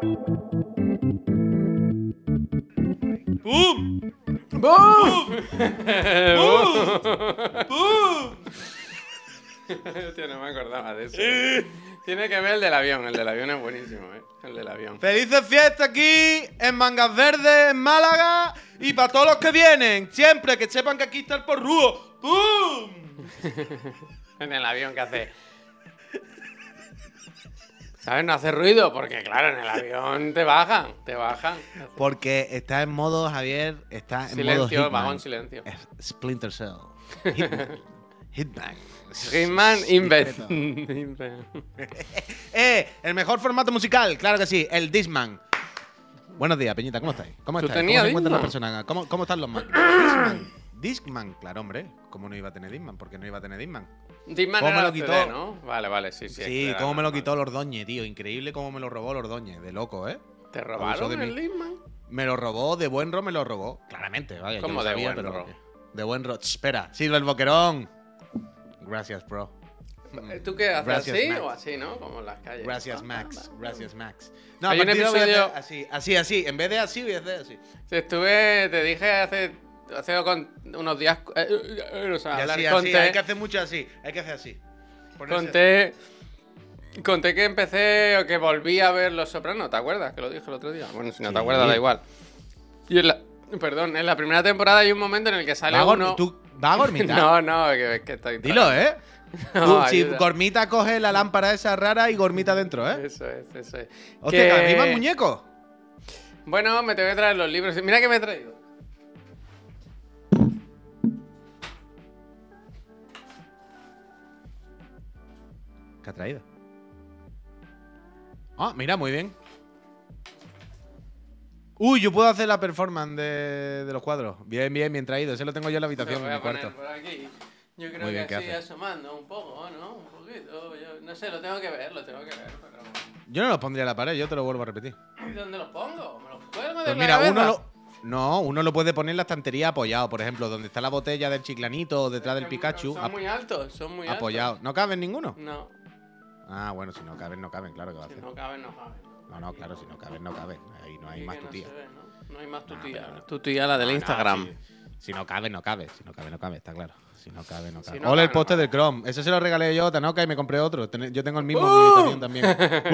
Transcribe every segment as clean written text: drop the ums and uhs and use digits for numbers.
¡Bum! ¡Bum! ¡Bum! Hostia, no me acordaba de eso. Tiene que ver el del avión. El del avión es buenísimo, ¿eh? El del avión. Felices fiestas aquí en Mangas Verdes, en Málaga. Y para todos los que vienen, siempre que sepan que aquí está el porrúo. ¡Bum! En el avión que hace. ¿Sabes? No hace ruido, porque claro, en el avión te bajan. Porque está en modo, Javier, está en modo Silencio, Hitman. vagón, silencio. Splinter Cell. Hitman. Hitman. Hitman Discreto. Invent. El mejor formato musical, claro que sí, el Discman. Buenos días, Peñita, ¿cómo estáis? ¿Cómo ¿Tú estáis? tenías ¿Cómo se encuentran las Discman? personas? ¿Cómo están los Mac? Discman. Discman, claro, hombre. ¿Cómo no iba a tener Discman? ¿Por qué no iba a tener Discman? Discman ¿Cómo era me lo la quitó? CD, ¿no? Vale, sí. Sí, era cómo me lo normal. quitó Lordoñez, tío. Increíble cómo me lo robó Lordoñez. De loco, ¿eh? ¿Te Abusó robaron de el mí. Discman? Me lo robó, de buen ro me lo robó. Claramente, vaya. ¿Cómo yo lo de sabía, buen pero ro? de buen ro. Espera, sirve el boquerón. Gracias, bro. ¿Tú qué haces? Gracias, ¿Así Max. o así, no? Como en las calles. Gracias, Max. Gracias, Max. No, Hay a un partir de ahora voy a episodio- hacer así. En vez de así, voy a hacer así. Te dije hace unos días, o sea, Y hablar, así, así. Hay que hacer mucho así. Hay que hacer así. Ponerse conté que empecé o que volví a ver Los Sopranos, ¿te acuerdas? Que lo dije el otro día. Bueno, si no te Sí. acuerdas, da igual. Y en la primera temporada hay un momento en el que sale ¿Va a uno... ¿Tú vas a gormitar? No, que estoy... Dilo, ¿eh? No, Tú, si ayuda. Gormita coge la lámpara esa rara y Gormita dentro, ¿eh? Eso es. Hostia, que arriba el muñeco. Bueno, me tengo que traer los libros. Mira que me he traído. ¿Qué ha traído? Ah, mira, muy bien. Uy, yo puedo hacer la performance de los cuadros. Bien traído. Ese lo tengo yo en la habitación, Lo en voy mi a poner cuarto. por aquí. Yo creo Muy bien, que ¿qué así haces? asomando un poco, ¿no? Un poquito. Yo, no sé, lo tengo que ver, pero... Yo no los pondría a la pared, yo te lo vuelvo a repetir. ¿Y dónde los pongo? ¿Me los cuelgo de Pues la mira, cabeza? uno lo puede poner en la estantería apoyado, por ejemplo, donde está la botella del chiclanito o detrás del Pikachu. Son muy altos, son muy altos. Apoyado. ¿No caben ninguno? No, Ah, bueno, si no caben, claro que va a si hacer. no caben, no caben. No, claro, si no caben. Ahí no hay Sí más que tu no tía. se ve, ¿no? No hay más tu No, tía. pero- Tu tía, la del No, Instagram. si no cabe, no cabe. Si no cabe, está claro. Si no cabe, no cabe. Si no Hola, el cabe, no poste cabe. del Chrome. Ese se lo regalé yo a Tanoka y me compré otro. Yo tengo el mismo en mi habitación también.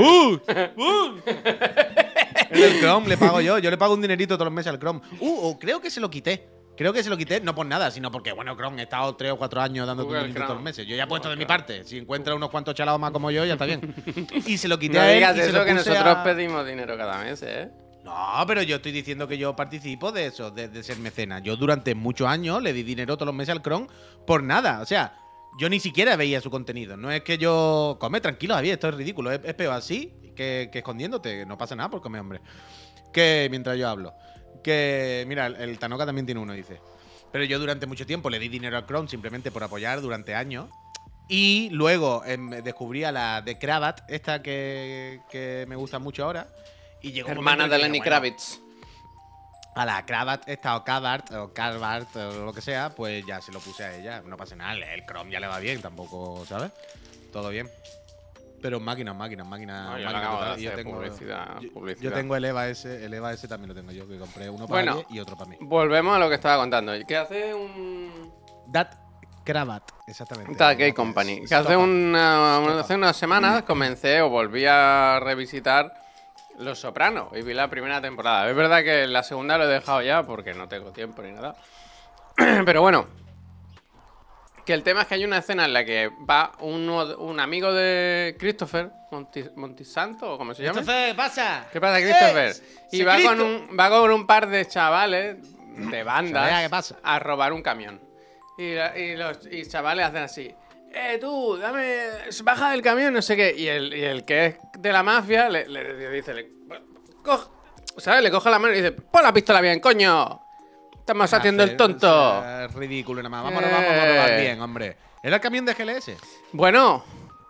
El del Chrome le pago yo. Yo le pago un dinerito todos los meses al Chrome. O creo que se lo quité. No por nada, sino porque, bueno, Chrome, he estado 3 o 4 años dándote un Google dinerito todos los Chrome. meses. Yo ya he puesto de Google mi Chrome. parte. Si encuentra unos cuantos chalados más como yo, ya está bien. Y se lo quité No a él digas y se eso, lo que puse nosotros a- pedimos dinero cada mes, ¿eh? No, pero yo estoy diciendo que yo participo de eso, de ser mecena. Yo durante muchos años le di dinero todos los meses al Chrome por nada. O sea, yo ni siquiera veía su contenido. No es que yo... Come tranquilo, Javier, esto es ridículo. Es peor así que escondiéndote. No pasa nada por comer, hombre. Que mientras yo hablo. Que, mira, el Tanoka también tiene uno, dice. Pero yo durante mucho tiempo le di dinero al Chrome simplemente por apoyar durante años. Y luego descubrí a la de Kravat, esta que me gusta mucho ahora. Y llegó un Hermana momento de en que Lenny dije, bueno, Kravitz. a la Kravat esta o Carvart o lo que sea, pues ya se lo puse a ella. No pasa nada, el Chrome ya le va bien, tampoco, ¿sabes? Todo bien. Pero máquina No, yo le máquina acabo de total. hacer publicidad. Yo tengo el EVA ese también lo tengo yo, que compré uno para Bueno. ella y otro para mí. Volvemos a lo que estaba contando. Que hace un... That Kravat, exactamente. Tal Gay Company. Que hace unas semanas comencé o volví a revisitar Los Sopranos y vi la primera temporada. Es verdad que la segunda lo he dejado ya porque no tengo tiempo ni nada. Pero bueno, que el tema es que hay una escena en la que va un amigo de Christopher, Montisanto o como se llama. Christopher, pasa. ¿Qué pasa, Christopher? Y va Cristo. con un par de chavales de bandas Sabea, ¿qué pasa? a robar un camión. Y los chavales hacen así. Tú, baja del camión, no sé qué. Y el que es de la mafia le dice, ¿sabes? Le coge la mano y dice, pon la pistola bien, coño. Estamos haciendo el tonto. O sea, es ridículo nada más. Vamos a robar bien, hombre. ¿Era el camión de GLS? Bueno.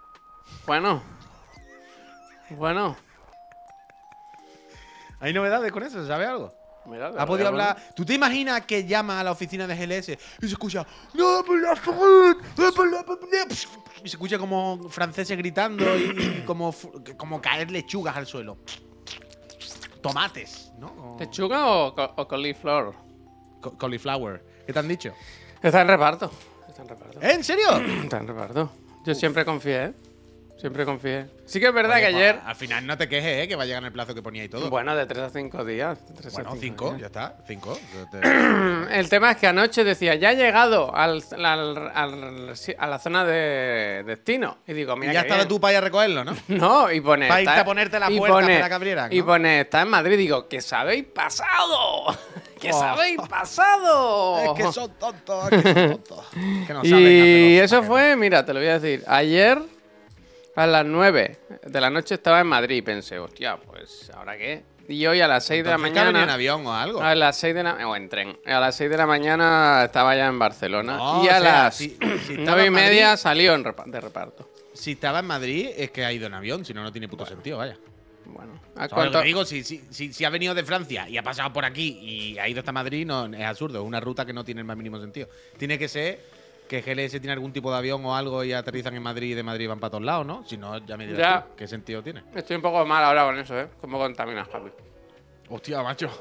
¿Hay novedades con eso? ¿Sabe algo? Mira, ¿Ha podido hablar? ¿Tú te imaginas que llama a la oficina de GLS y se escucha "No, por la favor, no, por la favor", y se escucha como franceses gritando y como caer lechugas al suelo? tomates, ¿no? ¿Lechuga o cauliflower? Cauliflower. ¿Qué te han dicho? Está en reparto. Está en reparto. ¿En serio? Está en reparto. Yo siempre confié, ¿eh? Siempre confié. Sí que es verdad Oye, que pues, ayer... al final no te quejes, que va a llegar en el plazo que ponía y todo. Bueno, de 3 a 5 días. Bueno, 5, ya está. 5. El tema es que anoche decía, ya he llegado a la zona de destino. Y digo, Y mira ya qué estaba bien. tú para ir a recogerlo, ¿no? No, y pone... Para irte está- a ponerte a la y puerta pone- para que abrieran, Y ¿no? pone, está en Madrid. Digo, ¿que os habéis pasado? ¿Que os Oh. habéis pasado? Es que son tontos, es que son tontos. Que no saben Y hacer eso los fue, mira, te lo voy a decir. Ayer a las 9 de la noche estaba en Madrid y pensé, hostia, pues ¿ahora qué? Y hoy a las 6 de la Entonces, ¿que ha venido en mañana... avión o algo? A las 6 de la... o en tren. A las 6 de la mañana estaba ya en Barcelona. No, y a o sea, las si 9 estaba y en media Madrid- salió de reparto. Si estaba en Madrid, es que ha ido en avión, si no, no tiene puto sentido, vaya. Bueno, ¿Sabes ¿a lo cuánto? que digo? Si ha venido de Francia y ha pasado por aquí y ha ido hasta Madrid, no es absurdo. Es una ruta que no tiene el más mínimo sentido. Tiene que ser que GLS tiene algún tipo de avión o algo y aterrizan en Madrid y de Madrid van para todos lados, ¿no? Si no, ya me dirás Ya. tú, ¿qué sentido tiene? Estoy un poco mal ahora con eso, ¿eh? ¿Cómo contaminas, Javi? Hostia, macho.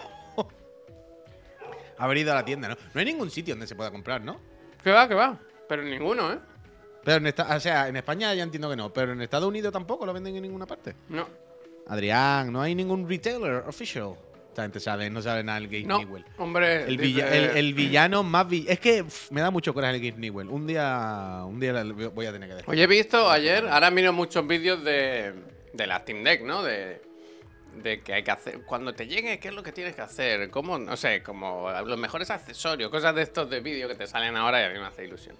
Haber ido a la tienda, ¿no? No hay ningún sitio donde se pueda comprar, ¿no? ¿Qué va, qué va? Pero ninguno, ¿eh? Pero o sea, en España ya entiendo que no, pero en Estados Unidos tampoco lo venden en ninguna parte. No. Adrián, no hay ningún retailer official. Esta gente sabe, no sabe nada del Gabe No, Newell. hombre. El, dice- el villano más es que me da mucho coraje el Gabe Newell. Un día voy a tener que dejar. Oye, he visto ayer, ahora miro muchos vídeos de la Steam Deck, ¿no? De que hay que hacer. Cuando te llegue, ¿qué es lo que tienes que hacer? ¿Cómo? No sé, como los mejores accesorios, cosas de estos de vídeo que te salen ahora y a mí me hace ilusión.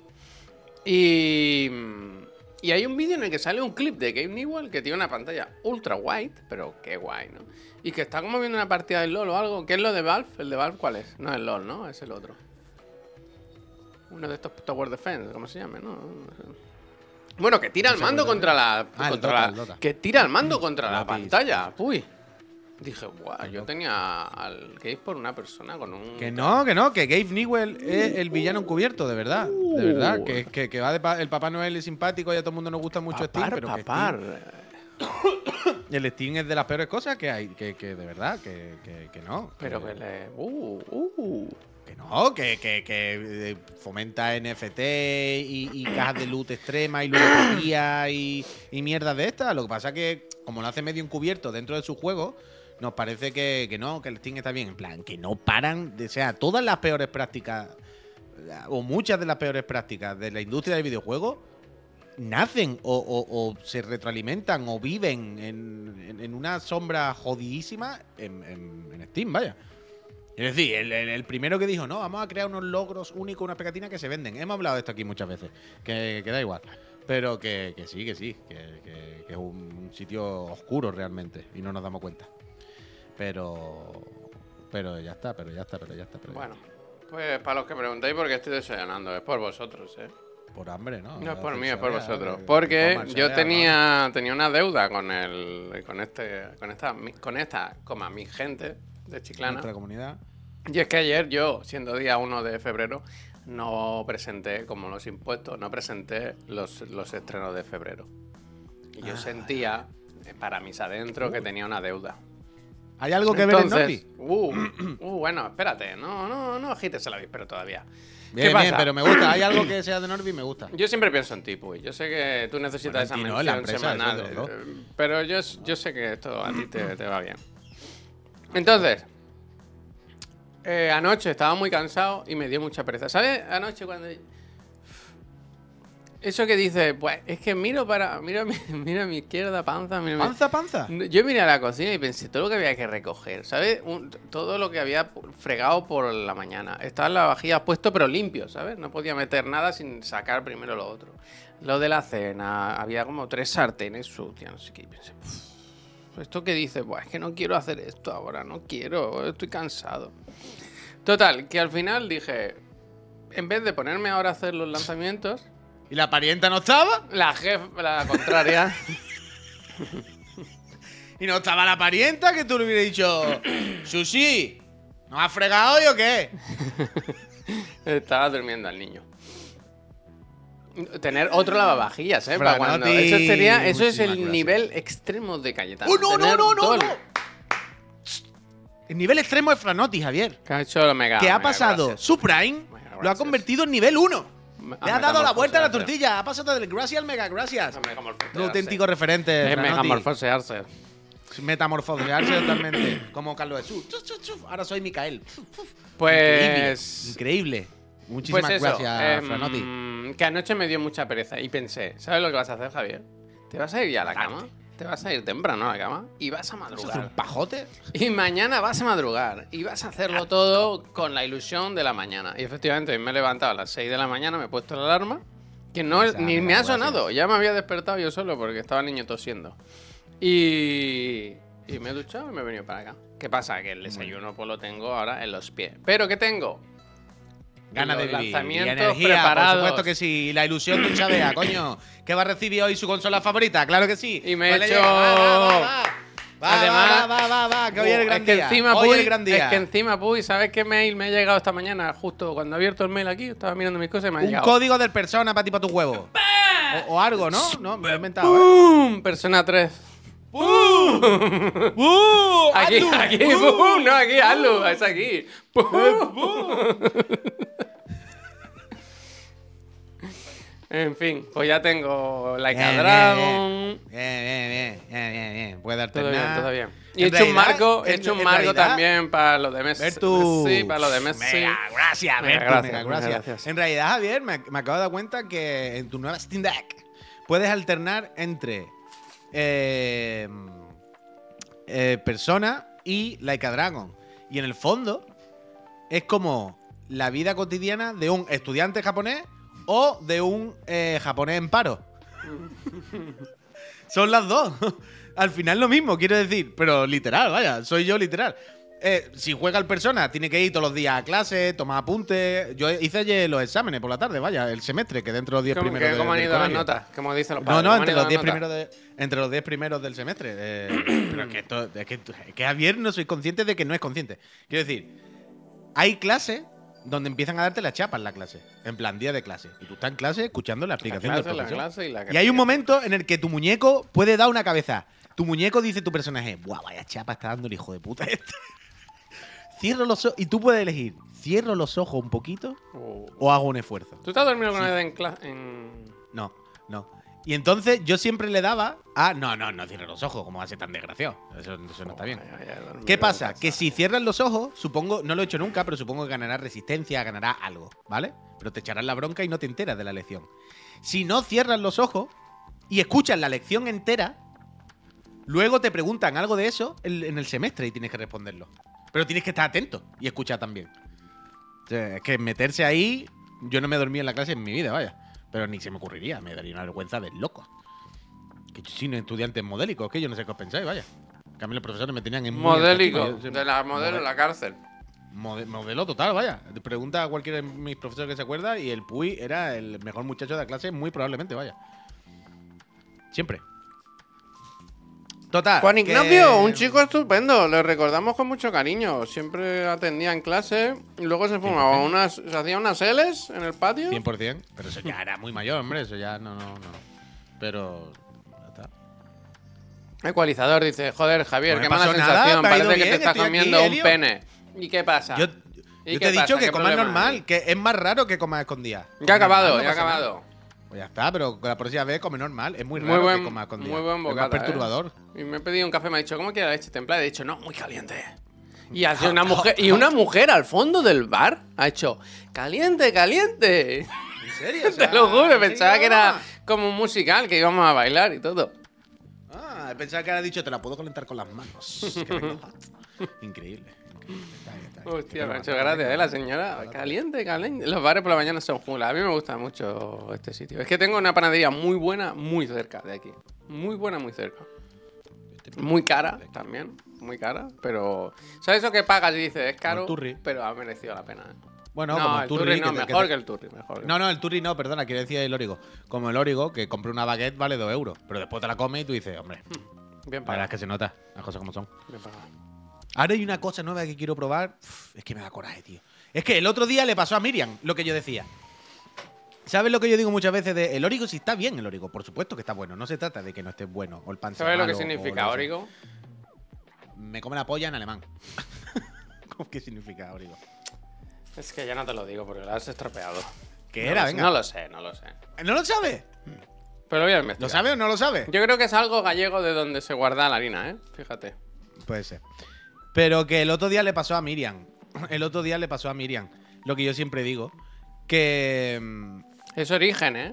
Y hay un vídeo en el que sale un clip de Gabe Newell que tiene una pantalla ultra wide, pero qué guay, ¿no? Y que está como viendo una partida del LoL o algo. ¿Qué es lo de Valve? ¿El de Valve cuál es? No es el LoL, ¿no? Es el otro. Uno de estos Tower Defense, ¿cómo se llama? No sé. Bueno, que tira el mando contra la... el Dota. Que tira el mando contra la Dota, pantalla. Uy. Dije, guau, yo tenía al Gabe por una persona con un... Que no, que Gabe Newell es el villano encubierto, de verdad. De verdad, que va de el Papá Noel es simpático y a todo el mundo nos gusta mucho Steam, pero que el Steam es de las peores cosas que hay, que de verdad, que no. Pero que le... Que no, que fomenta NFT y cajas de loot extrema y ludopatía y mierdas de estas. Lo que pasa que, como lo hace medio encubierto dentro de su juego, nos parece que no, que el Steam está bien. En plan, que no paran de... O sea, todas las peores prácticas, o muchas de las peores prácticas de la industria del videojuego, nacen o se retroalimentan o viven en una sombra jodidísima en Steam, vaya. Es decir, el primero que dijo, no, vamos a crear unos logros únicos, unas pegatinas que se venden. Hemos hablado de esto aquí muchas veces, que da igual. Pero que sí, que es un sitio oscuro realmente y no nos damos cuenta. Pero ya está. Bueno, pues para los que preguntáis por qué estoy desayunando, es por vosotros, ¿eh? Por hambre, ¿no? No es por mí, es por vosotros. Que Porque coman, yo sea, tenía una deuda con esta, mi gente de Chiclana. nuestra comunidad. Y es que ayer yo, siendo día 1 de febrero, no presenté, como los impuestos, no presenté los estrenos de febrero. Y yo sentía, para mis adentros, que tenía una deuda. ¿Hay algo que ver en Entonces, Norby? bueno, espérate, no agites el avispero todavía. Bien, ¿Qué pasa? bien, pero me gusta. ¿Hay algo que sea de Norby? Me gusta. Yo siempre pienso en ti, Puy. Yo sé que tú necesitas Bueno, en ti, esa ¿no? En la mención empresa, semanal. eso es de los Pero yo sé que esto a ti te va bien. Entonces, anoche estaba muy cansado y me dio mucha pereza. ¿Sabes? Anoche cuando... Eso que dices, pues es que mira a mi izquierda, panza, mira, ¿Panza? yo miré a la cocina y pensé todo lo que había que recoger, ¿sabes? Todo lo que había fregado por la mañana. Estaba en la vajilla puesto pero limpio, ¿sabes? No podía meter nada sin sacar primero lo otro. Lo de la cena, había como 3 sartenes sucias, no sé qué. Y pensé, esto que dices, pues es que no quiero hacer esto ahora, no quiero, estoy cansado. Total, que al final dije, en vez de ponerme ahora a hacer los lanzamientos... ¿Y la parienta no estaba? La contraria. ¿Y no estaba la parienta que tú le hubieras dicho, Sushi, ¿no has fregado hoy o qué? Estaba durmiendo al niño. Tener otro lavavajillas, ¿eh? Para cuando... Franoti, Eso es el muchísimas nivel extremo de Cayetano. ¡Oh, no, Tener no, no, todo no! el- El nivel extremo es Franotti, Javier. Que ha hecho lo mega. Que ha mega pasado gracias. su Prime, Mega lo ha gracias. convertido en nivel 1. Le ha dado la vuelta a la metamorfosearse. tortilla. Ha pasado del gracias al mega gracias. A metamorfosearse. Un auténtico referente. Es Franotti. metamorfosearse. Metamorfosearse totalmente. Como Carlos Jesús. Chuf, chuf, chuf. Ahora soy Micael. Pues. Increíble. Muchísimas Pues eso, gracias, Franotti. que anoche me dio mucha pereza y pensé, ¿sabes lo que vas a hacer, Javier? Te vas a ir ya a la cama, te vas a ir temprano a la cama y vas a ¿Vas a hacer un madrugar. pajote? Y mañana vas a madrugar y vas a hacerlo todo con la ilusión de la mañana. Y efectivamente, me he levantado a las 6 de la mañana, me he puesto la alarma, que no, O sea, ni mega me ha gracias. sonado, ya me había despertado yo solo porque estaba el niño tosiendo. Y me he duchado y me he venido para acá. ¿Qué pasa? Que el desayuno pues lo tengo ahora en los pies. ¿Pero qué tengo? Ganas de Los vivir. Y lanzamientos energía, preparados. por supuesto que sí. Y la ilusión de un Chavea, coño. ¿Que va a recibir hoy su consola favorita? Claro que sí. Y me he Vale, hecho- llega. Va, Además- va, que hoy es el gran es que día. encima, Hoy Puy, es el gran día. es que encima, Puy, ¿sabes qué mail me ha llegado esta mañana? Justo cuando he abierto el mail aquí, estaba mirando mis cosas y me ha Un llegado. código del persona para ti, para tu huevo. O algo, ¿no? No, me lo he inventado, ¿eh? ¡Pum! Persona 3. Aquí, ¡Hazlo! aquí, ¡pum! No, aquí, hazlo, es aquí. ¡Pum! En fin, pues ya tengo Like a Dragon. Bien. Puede darte Todo bien, nada. todo bien. Y he En hecho un realidad- marco, he en- hecho un en marco realidad, también para lo de Messi. Bertu. Sí, para lo de Messi. Mega gracias, Mega Bertu, gracias, mega mega gracias. gracias. En realidad, Javier, me acabo de dar cuenta que en tu nueva Steam Deck puedes alternar entre Persona y Like a Dragon. Y en el fondo es como la vida cotidiana de un estudiante japonés o de un japonés en paro. Son las dos. Al final lo mismo, quiero decir. Pero literal, vaya, soy yo literal. Si juega el persona, tiene que ir todos los días a clase, tomar apuntes. Yo hice ayer los exámenes por la tarde, vaya, el semestre, que dentro de los 10 primeros ¿Cómo han del ido las colegio. notas? Como dicen los No, padres. no, ¿cómo han entre ido los 10 las notas? primeros entre los 10 primeros del semestre. Pero es que Javier no soy consciente de que no es consciente. Quiero decir, hay clases donde empiezan a darte la chapa en la clase. En plan, día de clase. Y tú estás en clase escuchando la explicación del La profesor. clase y la Y hay un momento en el que tu muñeco puede dar una cabeza. Tu muñeco dice tu personaje, ¡buah, vaya chapa está dando el hijo de puta este! Cierro los ojos y tú puedes elegir, ¿cierro los ojos un poquito o hago un esfuerzo? ¿Tú te has dormido alguna Sí. vez en clase? No. Y entonces yo siempre le daba a... No cierres los ojos, como va a ser tan desgraciado. Eso no está bien. ¿Qué pasa? Que si cierras los ojos, supongo, no lo he hecho nunca, pero supongo que ganarás resistencia, ganarás algo, ¿vale? Pero te echarás la bronca y no te enteras de la lección. Si no cierras los ojos y escuchas la lección entera, luego te preguntan algo de eso en el semestre y tienes que responderlo. Pero tienes que estar atento y escuchar también. O sea, es que meterse ahí, yo no me he dormido en la clase en mi vida, vaya. Pero ni se me ocurriría, me daría una vergüenza de loco. Que yo soy un estudiante modélico, es que yo no sé qué os pensáis, vaya. En cambio, los profesores me tenían en muy alta Modélico, estima. Yo- de la modelo en la cárcel. Modelo total, vaya. Te pregunta a cualquiera de mis profesores que se acuerda y el Puy era el mejor muchacho de la clase, muy probablemente, vaya. Siempre. Total. Juan que- Ignacio, un chico estupendo, le recordamos con mucho cariño. Siempre atendía en clase y luego se fumaba se hacía unas L's en el patio. 100%. Pero eso ya era muy mayor, hombre. Eso ya no. Pero. Ya está. Ecualizador dice, joder, Javier, No qué me mala pasó nada, sensación, me ha ido parece que te bien, estás estoy aquí, comiendo un Helio. pene. ¿Y qué pasa? Yo ¿Y te he qué dicho pasa? que ¿Qué comas problema normal, hay? que es más raro que comas escondidas. Ya ha acabado, No ya ha pasa nada. acabado. Pues ya está, pero la próxima vez come normal. Es muy Muy raro buen, que comas escondidas. muy buen Es bocata. más perturbador. Y me he pedido un café, me ha dicho, ¿cómo quiere la leche templada? Y he dicho, no, muy caliente. Y hace una mujer al fondo del bar ha hecho, caliente, caliente. ¿En serio? O Te sea, lo juro, ¿en pensaba serio? que era como un musical, que íbamos a bailar y todo. Ah, pensaba que era dicho, te la puedo calentar con las manos. Que vengo hot. Increíble. Está bien. Hostia, me ha hecho gracia, la señora. Caliente, caliente. Los bares por la mañana son jungla. A mí me gusta mucho este sitio. Es que tengo una panadería muy buena, muy cerca de aquí. Muy buena, muy cerca. Muy cara también, muy cara. Pero, ¿sabes eso que pagas y dices, es caro? el turri. Pero ha merecido la pena. Bueno, No, como el turri no, que te- mejor que el turri. Mejor que No, el turri no, perdona, quiero decir el órigo. Como el órigo, que compré una baguette vale 2 euros. Pero después te la comes y tú dices, hombre, Bien la verdad pagado. es que se nota las cosas como son. Bien pagado. Ahora hay una cosa nueva que quiero probar. Es que me da coraje, tío. Es que el otro día le pasó a Miriam lo que yo decía. ¿Sabes lo que yo digo muchas veces de el órigo? Si está bien el órigo, por supuesto que está bueno. No se trata de que no esté bueno o el pan sea ¿Sabes lo que malo, o significa lo que órigo? sea. Me come la polla en alemán. ¿Qué significa Origo? Es que ya no te lo digo porque lo has estropeado. ¿Qué No era? lo sé, Venga. No lo sé, no lo sé. ¿No lo sabe? Pero lo voy a investigar. ¿Lo sabe o no lo sabe? Yo creo que es algo gallego de donde se guarda la harina, ¿eh? Fíjate. Puede ser. Pero que el otro día le pasó a Miriam. El otro día le pasó a Miriam. Lo que yo siempre digo. Que... Es origen, ¿eh?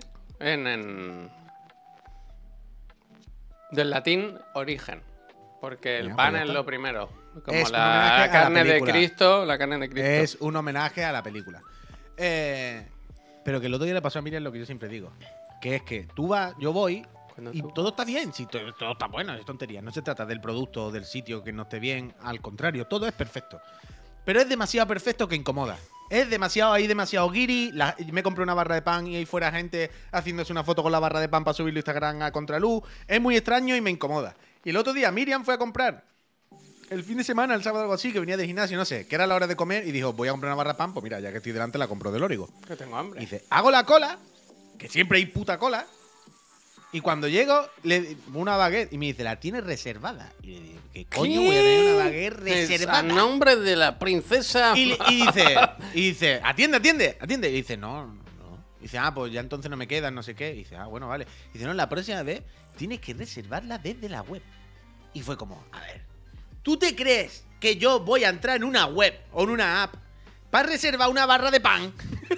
Del latín origen. Porque el Mira, pan pues ya es está. lo primero. Como Es un homenaje a la la carne de película. Cristo. La carne de Cristo. Es un homenaje a la película. Pero que el otro día le pasó a Miriam lo que yo siempre digo. Que es que tú vas, yo voy Cuando y tú todo está bien. Sí, todo está bueno, es tontería. No se trata del producto o del sitio que no esté bien. Al contrario, todo es perfecto. Pero es demasiado perfecto que incomoda. Es demasiado, hay demasiado guiri. Me compré una barra de pan y ahí fuera gente haciéndose una foto con la barra de pan para subirlo a Instagram a contraluz. Es muy extraño y me incomoda. Y el otro día Miriam fue a comprar el fin de semana, el sábado algo así, que venía de gimnasio, no sé, que era la hora de comer y dijo, voy a comprar una barra de pan, pues mira, ya que estoy delante la compro del Origo. Que tengo hambre. Y dice, hago la cola, que siempre hay puta cola, y cuando llego, una baguette, y me dice, la tienes reservada. Y le digo, ¿qué coño voy a tener una baguette reservada? A nombre de la princesa. Y dice, atiende. Y dice, no. Y dice, pues ya entonces no me quedan, no sé qué. Y dice, bueno, vale. Y dice, no, la próxima vez tienes que reservarla desde la web. Y fue como, a ver, ¿tú te crees que yo voy a entrar en una web o en una app para reservar una barra de pan?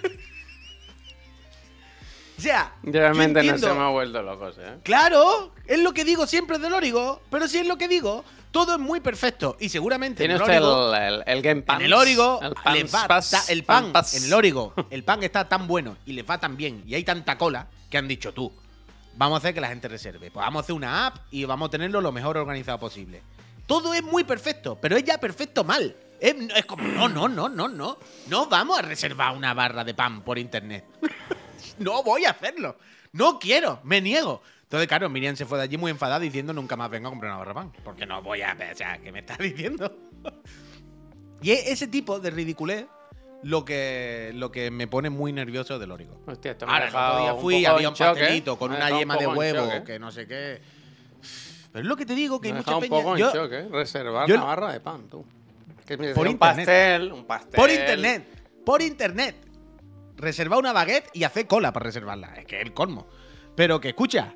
O sea, Realmente yo no se entiendo- me ha vuelto locos, ¿eh? Claro, es lo que digo siempre del Origo, pero si es lo que digo, todo es muy perfecto y seguramente Tiene en usted el Origo, el Game Pass. en el Origo El les va el pan, en el Origo, el pan está tan bueno y les va tan bien y hay tanta cola que han dicho tú, vamos a hacer que la gente reserve, pues vamos a hacer una app y vamos a tenerlo lo mejor organizado posible. Todo es muy perfecto, pero es ya perfecto mal. Es como, no vamos a reservar una barra de pan por internet. No voy a hacerlo. No quiero, me niego. Entonces, claro, Miriam se fue de allí muy enfadada diciendo nunca más vengo a comprar una barra de pan. Porque no voy a... O sea, ¿qué me estás diciendo? Y es ese tipo de ridiculez lo que me pone muy nervioso del Origo. Hostia, esto me Ahora, ha el otro dejado día un fui, poco había en un shock, pastelito ¿eh? con Me ha una dejado un yema de poco en huevo, shock, ¿eh? que no sé qué. Pero es lo que te digo, que hay Me ha mucha dejado un peña... poco en Yo- shock, ¿eh? Reservar yo- la barra de pan, tú. Que me Por un internet. un pastel. Por internet. Reservar una baguette y hacer cola para reservarla. Es que es el colmo. Pero que escucha.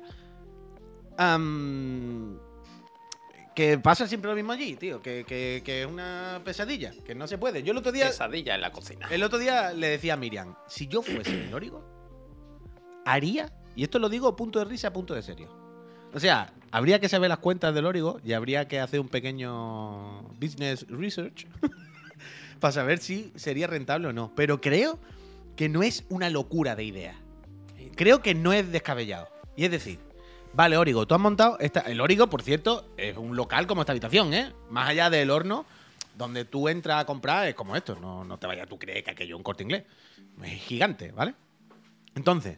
Que pasa siempre lo mismo allí, tío. Que es una pesadilla. Que no se puede. Yo Pesadilla en la cocina. el otro día le decía a Miriam, si yo fuese el Origo, haría, y esto lo digo punto de risa, punto de serio. O sea, habría que saber las cuentas del Origo y habría que hacer un pequeño business research para saber si sería rentable o no. Pero creo que no es una locura de idea. Creo que no es descabellado. Y es decir, vale, Origo, tú has montado... El Origo, por cierto, es un local como esta habitación, ¿eh? Más allá del horno, donde tú entras a comprar, es como esto. No te vayas tú a creer que aquello es un Corte Inglés. Es gigante, ¿vale? Entonces...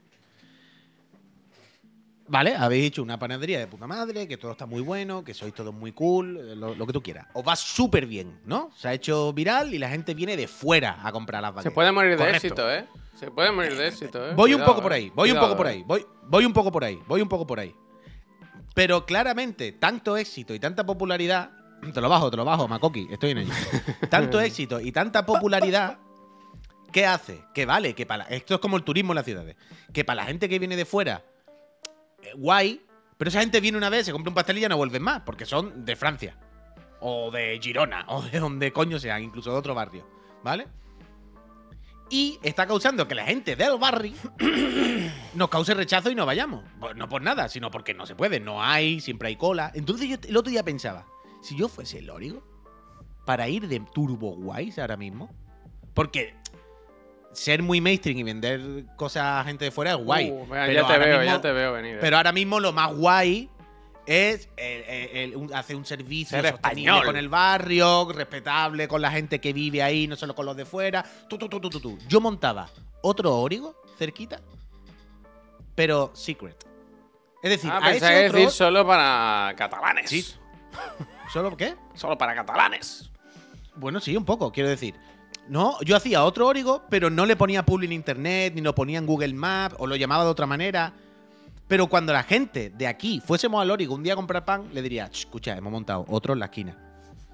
Vale, habéis hecho una panadería de puta madre, que todo está muy bueno, que sois todos muy cool, lo que tú quieras. Os va súper bien, ¿no? Se ha hecho viral y la gente viene de fuera a comprar las Se baguettes. puede morir de Correcto. éxito, ¿eh? Se puede morir de éxito, ¿eh? Voy un Cuidado, poco por ahí, ¿eh? voy un Cuidado, poco por ¿eh? ahí, voy un poco por ahí, voy un poco por ahí. Pero claramente, tanto éxito y tanta popularidad... Te lo bajo, Makoki, estoy en ello. Tanto éxito y tanta popularidad... ¿Qué hace? Que vale, que para... Esto es como el turismo en las ciudades. Que para la gente que viene de fuera... guay... Pero esa gente viene una vez, se compra un pastel y ya no vuelven más, porque son de Francia. O de Girona, o de donde coño sean, incluso de otro barrio. ¿Vale? Y está causando que la gente del barrio nos cause rechazo y no vayamos. Pues no por nada, sino porque no se puede. No hay, siempre hay cola. Entonces yo el otro día pensaba, si yo fuese el Origo, para ir de turbo guays ahora mismo, porque ser muy mainstream y vender cosas a gente de fuera es guay. Venga, pero ya te veo venir. Pero ahora mismo lo más guay es hacer un servicio Ser sostenible español. con el barrio, respetable con la gente que vive ahí, no solo con los de fuera. Yo montaba otro Origo cerquita, pero secret. Es decir, a pensaba ese que otro... decir solo para catalanes. Sí. ¿Solo qué? Solo para catalanes. Bueno, sí, un poco, quiero decir. No, yo hacía otro Origo, pero no le ponía publi en internet, ni lo ponía en Google Maps, o lo llamaba de otra manera. Pero cuando la gente de aquí fuésemos al Origo un día a comprar pan, le diría, escucha, hemos montado otro en la esquina.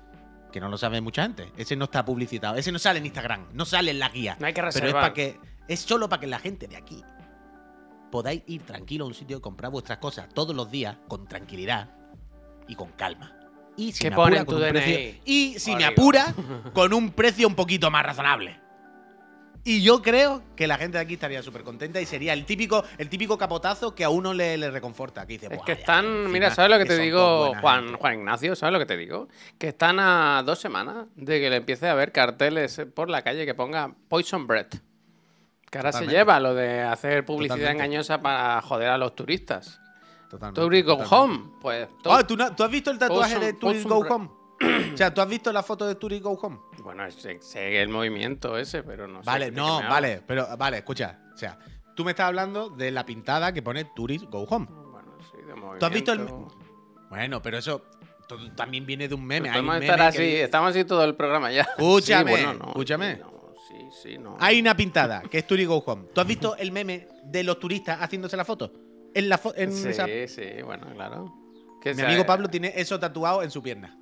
que no lo sabe mucha gente. Ese no está publicitado. Ese no sale en Instagram. No sale en la guía. No hay que Pero reservar. es solo para que la gente de aquí podáis ir tranquilo a un sitio y comprar vuestras cosas todos los días con tranquilidad y con calma. Y si ¿Qué me pone apura, en con tu un precio. DNI? Y si me Oligo. apura, con un precio un poquito más razonable. Y yo creo que la gente de aquí estaría súper contenta y sería el típico capotazo que a uno le reconforta. Que dice, Es "Buah, que ya, están, encima, mira, ¿sabes lo que te son todos digo, buena Juan gente". Ignacio? ¿Sabes lo que te digo? Que están a 2 semanas de que le empiece a haber carteles por la calle que ponga Poison Breath. Que ahora Totalmente. se lleva lo de hacer publicidad Totalmente. engañosa para joder a los turistas. Totalmente. Tourist Go totalmente. Home. Pues. ¿Tú has visto el tatuaje de Tourist Go Possum Home? O sea, ¿tú has visto la foto de Tourist Go Home? Bueno, sé el movimiento ese, pero no sé. Vale, de qué no, me vale, pero vale, escucha. O sea, tú me estás hablando de la pintada que pone Tourist Go Home. hablas. Bueno, sí, de movimiento. ¿Tú has visto el...? Bueno, pero eso también viene de un meme. Hay Podemos un estar meme así, que... estamos así todo el programa ya. Escúchame, Sí, bueno, no, escúchame. Sí, no, sí, no. Hay una pintada que es Tourist Go Home. ¿Tú has visto el meme de los turistas haciéndose la foto? En la Sí, esa... sí, bueno, claro. Que Mi amigo Pablo tiene eso tatuado en su pierna.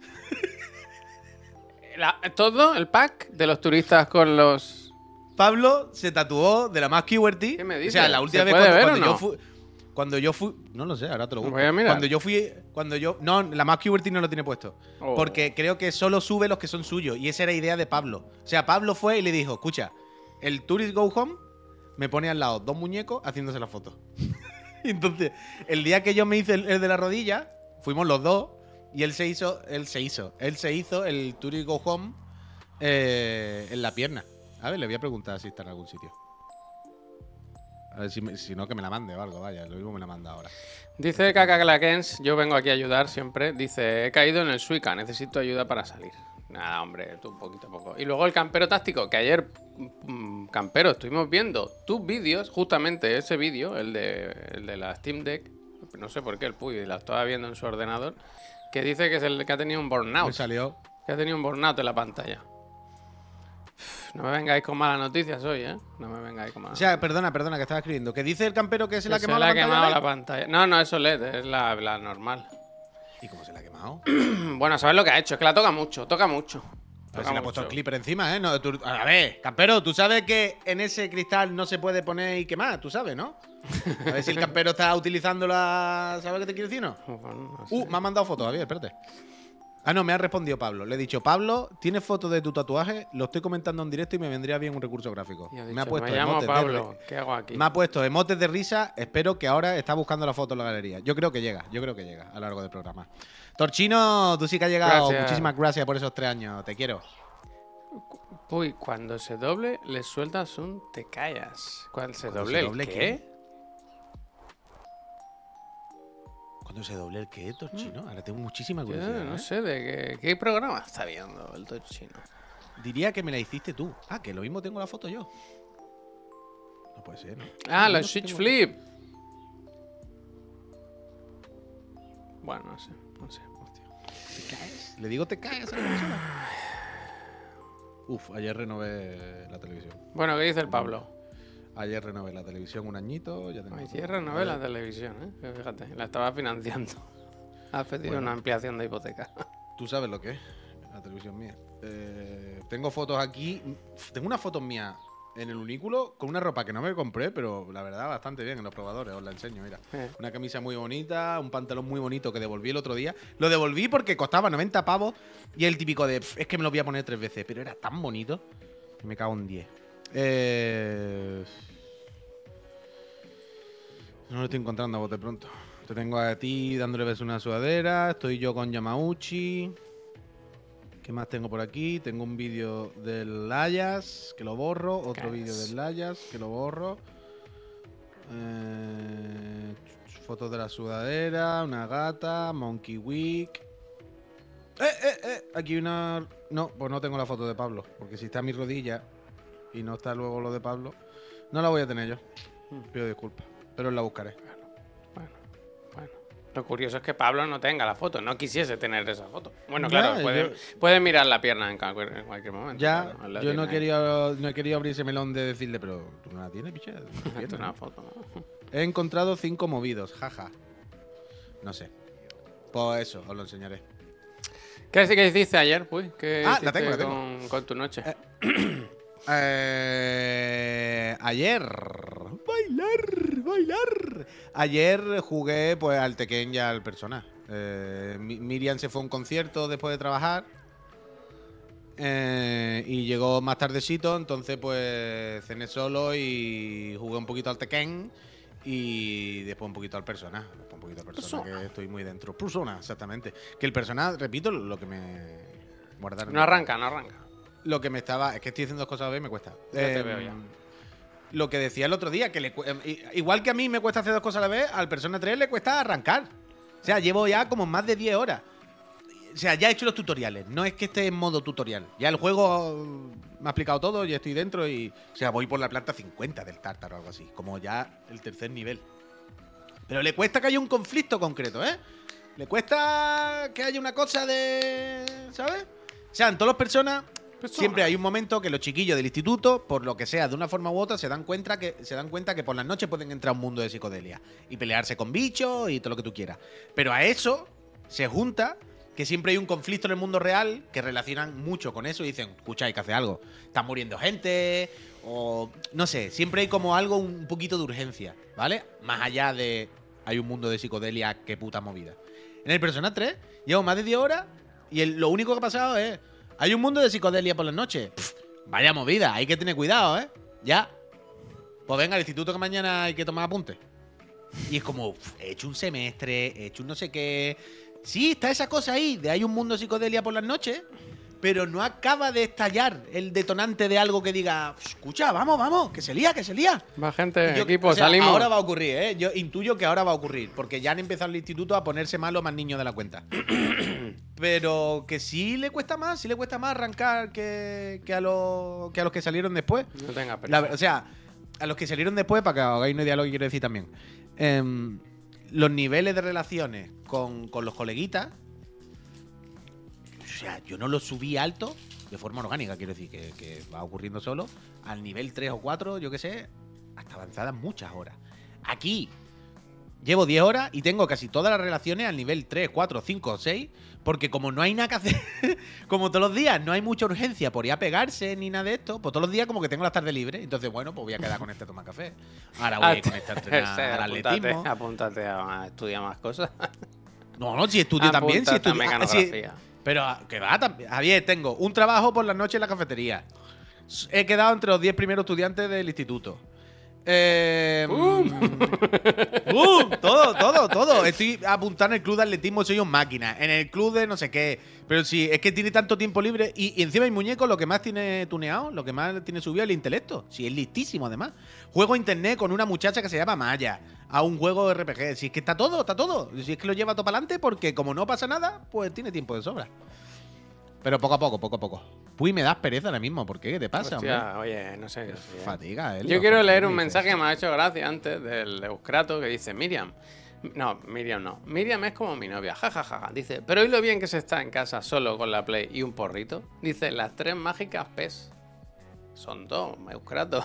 todo el pack de los turistas con los. Pablo se tatuó de la más QWERTY. ¿Qué me O dices? sea, la última ¿Se vez puede ver cuando o yo no? fui. Cuando yo fui. No lo sé, ahora te lo busco. Voy a mirar. No, la más QWERTY no lo tiene puesto. Oh. Porque creo que solo sube los que son suyos. Y esa era idea de Pablo. O sea, Pablo fue y le dijo: escucha, el Tourist Go Home me pone al lado 2 muñecos haciéndose la foto. Y entonces, el día que yo me hice el de la rodilla, fuimos los dos. Y él se hizo el Tourist Go Home en la pierna. A ver, le voy a preguntar si está en algún sitio. A ver si no, que me la mande o algo, vaya, lo mismo me la manda ahora. Dice Kakakakens, yo vengo aquí a ayudar siempre. Dice, he caído en el Suica, necesito ayuda para salir. Nada, hombre, tú poquito a poco. Y luego el campero táctico, que ayer, campero, estuvimos viendo tus vídeos, justamente ese vídeo, el de la Steam Deck, no sé por qué el Puy la estaba viendo en su ordenador, que dice que es el que ha tenido un Me burnout. salió. Que ha tenido un burnout en la pantalla. No me vengáis con malas noticias hoy, ¿eh? No me vengáis con O malas sea, perdona, que estaba escribiendo. ¿Que dice el campero que se le ha Se quemado le la ha quemado pantalla? la pantalla. No, eso LED, es la normal. ¿Y cómo se le ha quemado? Bueno, ¿sabes lo que ha hecho? Es que la toca mucho, toca mucho. Pero Toca si le ha puesto el mucho. clipper encima, ¿eh? No, a ver, campero, tú sabes que en ese cristal no se puede poner y quemar, tú sabes, ¿no? A ver si el campero está utilizando la. ¿Sabes qué te quiero decir, no? Bueno, no sé. Me ha mandado fotos, Javier, espérate. Ah, no, me ha respondido Pablo. Le he dicho, Pablo, ¿tienes fotos de tu tatuaje? Lo estoy comentando en directo y me vendría bien un recurso gráfico. Y ha Me ha dicho, puesto me llamo emotes de Pablo, ¿qué hago aquí? Me ha puesto emotes de risa. Espero que ahora está buscando la foto en la galería. Yo creo que llega a lo largo del programa. Torchino, tú sí que has llegado. Gracias. Muchísimas gracias por esos 3 años. Te quiero. Uy, cuando se doble, le sueltas un te callas. Cuando se doble, doble, ¿el qué? ¿qué? ¿Cuándo se doble el qué, Torchino? Ahora tengo muchísima Yo curiosidad. no ¿eh? sé de qué programa está viendo el Tochino. Diría que me la hiciste tú. Ah, que lo mismo tengo la foto yo. No puede ser, ¿no? Ah, Lo los mismo Switch tengo- Flip. Bueno, no sé. Hostia. ¿Te caes? Le digo te caes a la persona. Uf, ayer renové la televisión. Bueno, ¿qué dice el Pablo? Ayer renové la televisión un añito. Ya tengo Ay, todo. cierra novela la televisión, ¿eh? Que fíjate, la estaba financiando. Ha pedido Bueno. una ampliación de hipoteca. Tú sabes lo que es la televisión mía. Tengo fotos aquí. Tengo unas fotos mías en el unículo con una ropa que no me compré, pero la verdad bastante bien en los probadores. Os la enseño, mira. Una camisa muy bonita, un pantalón muy bonito que devolví el otro día. Lo devolví porque costaba 90 pavos y el típico de, es que me lo voy a poner 3 veces, pero era tan bonito que me cago en 10. No lo estoy encontrando a bote pronto. Te tengo a ti dándole beso a una sudadera. Estoy yo con Yamauchi. ¿Qué más tengo por aquí? Tengo un vídeo del Layas, que lo borro. Otro vídeo del Layas, que lo borro. Fotos de la sudadera, una gata, Monkey Week. Aquí una... No, pues no tengo la foto de Pablo. Porque si está a mi rodilla y no está luego lo de Pablo, no la voy a tener yo. Pido disculpas, pero la buscaré. Bueno. Lo curioso es que Pablo no tenga la foto, no quisiese tener esa foto. Bueno, Ya, claro, puede mirar la pierna en cualquier momento. Ya, claro, él la yo no tiene he querido abrir ese melón de decirle, pero tú no la tienes, picha. ahí. Esto es una foto, ¿no? He encontrado 5 movidos, jaja. No sé. Pues eso, os lo enseñaré. ¿Qué hiciste ayer, pues? ¿Qué Ah, hiciste la tengo. con tu noche? Ayer. Bailar. Ayer jugué pues al Tekken y al Persona. Miriam se fue a un concierto después de trabajar. Y llegó más tardecito, entonces pues cené solo y jugué un poquito al Tekken y después un poquito al Persona. Después un poquito al Persona, que estoy muy dentro. Persona, exactamente. Que el Persona, repito, lo que me guardaron. No arranca. Lo que me estaba. Es que estoy haciendo dos cosas a la vez y me cuesta. Ya te veo ya. Lo que decía el otro día, que igual que a mí me cuesta hacer dos cosas a la vez, al Persona 3 le cuesta arrancar. O sea, llevo ya como más de 10 horas. O sea, ya he hecho los tutoriales. No es que esté en modo tutorial. Ya el juego me ha explicado todo, ya estoy dentro y. O sea, voy por la planta 50 del Tártaro o algo así. Como ya el tercer nivel. Pero le cuesta que haya un conflicto concreto, ¿eh? Le cuesta que haya una cosa de. ¿Sabes? O sea, en todas las personas. Siempre hay un momento que los chiquillos del instituto, por lo que sea, de una forma u otra, se dan cuenta que por las noches pueden entrar a un mundo de psicodelia y pelearse con bichos y todo lo que tú quieras. Pero a eso se junta que siempre hay un conflicto en el mundo real que relacionan mucho con eso y dicen, escucha, hay que hacer algo. Están muriendo gente o no sé, siempre hay como algo un poquito de urgencia, ¿vale? Más allá de hay un mundo de psicodelia, qué puta movida. En el Persona 3 llevo más de 10 horas y lo único que ha pasado es hay un mundo de psicodelia por las noches. Vaya movida, hay que tener cuidado, ¿eh? Ya. Pues venga, al instituto que mañana hay que tomar apuntes. Y es como, he hecho un semestre, he hecho un no sé qué. Sí, está esa cosa ahí, de hay un mundo de psicodelia por las noches, pero no acaba de estallar el detonante de algo que diga, escucha, vamos, que se lía. Va gente, Yo, equipo, o sea, salimos. ahora va a ocurrir, ¿eh? Yo intuyo que ahora va a ocurrir, porque ya han empezado el instituto a ponerse malos más niños de la cuenta. Pero que sí le cuesta más arrancar que a los que salieron después. No tenga prisa. O sea, a los que salieron después, para que hagáis una idea de lo que quiero decir también. Los niveles de relaciones con los coleguitas, o sea, yo no los subí alto de forma orgánica, quiero decir, que va ocurriendo solo, al nivel 3 o 4, yo qué sé, hasta avanzadas muchas horas. Aquí llevo 10 horas y tengo casi todas las relaciones al nivel 3, 4, 5 o 6, porque como no hay nada que hacer, como todos los días no hay mucha urgencia por ir a pegarse ni nada de esto, pues todos los días como que tengo las tardes libres, entonces bueno, pues voy a quedar con este a tomar café. Ahora voy con este a entrenar al atletismo. Apúntate a estudiar más cosas. No, si estudio también, si Apúntate a estudio. mecanografía. Pero que va, Javier, tengo un trabajo por la noche en la cafetería. He quedado entre los 10 primeros estudiantes del instituto. Todo. Estoy apuntando en el club de atletismo, soy un máquina. En el club de no sé qué. Pero sí, es que tiene tanto tiempo libre. Y encima el muñeco lo que más tiene tuneado, lo que más tiene subido es el intelecto. Sí, es listísimo además. Juego a internet con una muchacha que se llama Maya. A un juego de RPG. Si es que está todo. Si es que lo lleva todo para adelante porque como no pasa nada, pues tiene tiempo de sobra. Pero poco a poco. Puy, me das pereza ahora mismo. ¿Por qué? ¿Qué te pasa, Hostia, hombre? oye, no sé. Fatiga, Yo quiero leer un mensaje que me ha hecho gracia antes del Euskrato que dice Miriam. No, Miriam no. Miriam es como mi novia. Ja. Dice, pero ¿y lo bien que se está en casa solo con la Play y un porrito? Dice, las 3 mágicas PES. Son 2, Euskrato.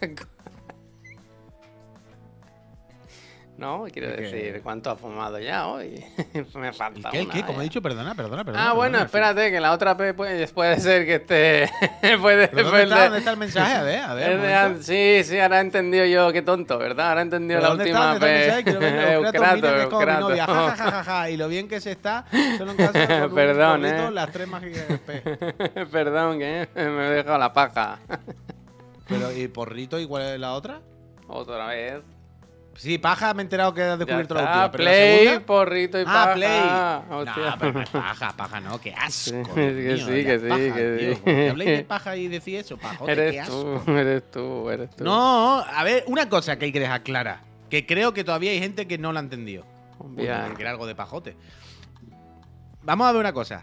No, quiero decir, ¿cuánto ha fumado ya hoy? Me falta ¿El una. qué? Como he dicho, perdona. Ah, bueno, espérate, que la otra P puede ser que esté. ¿Dónde está el mensaje? A ver. Sí, ahora he entendido yo, qué tonto, ¿verdad? Ahora he entendido la última P. Euskrato. Ja. Y lo bien que se está, solo en casa con Perdón, un porrito, las 3 mágicas P. Perdón, que me he dejado la paja. Pero, ¿y porrito y cuál es la otra? Otra vez. Sí, paja, me he enterado que has descubierto la última. Pero Play, la segunda... porrito y paja. Play. Hostia. No, pero no es paja, no, qué asco. Que sí. ¿Que habléis de paja y decís eso? Pajote, qué asco. Eres tú. No, a ver, una cosa que hay que dejar clara. Que creo que todavía hay gente que no la ha entendido. Que era algo de pajote. Vamos a ver una cosa.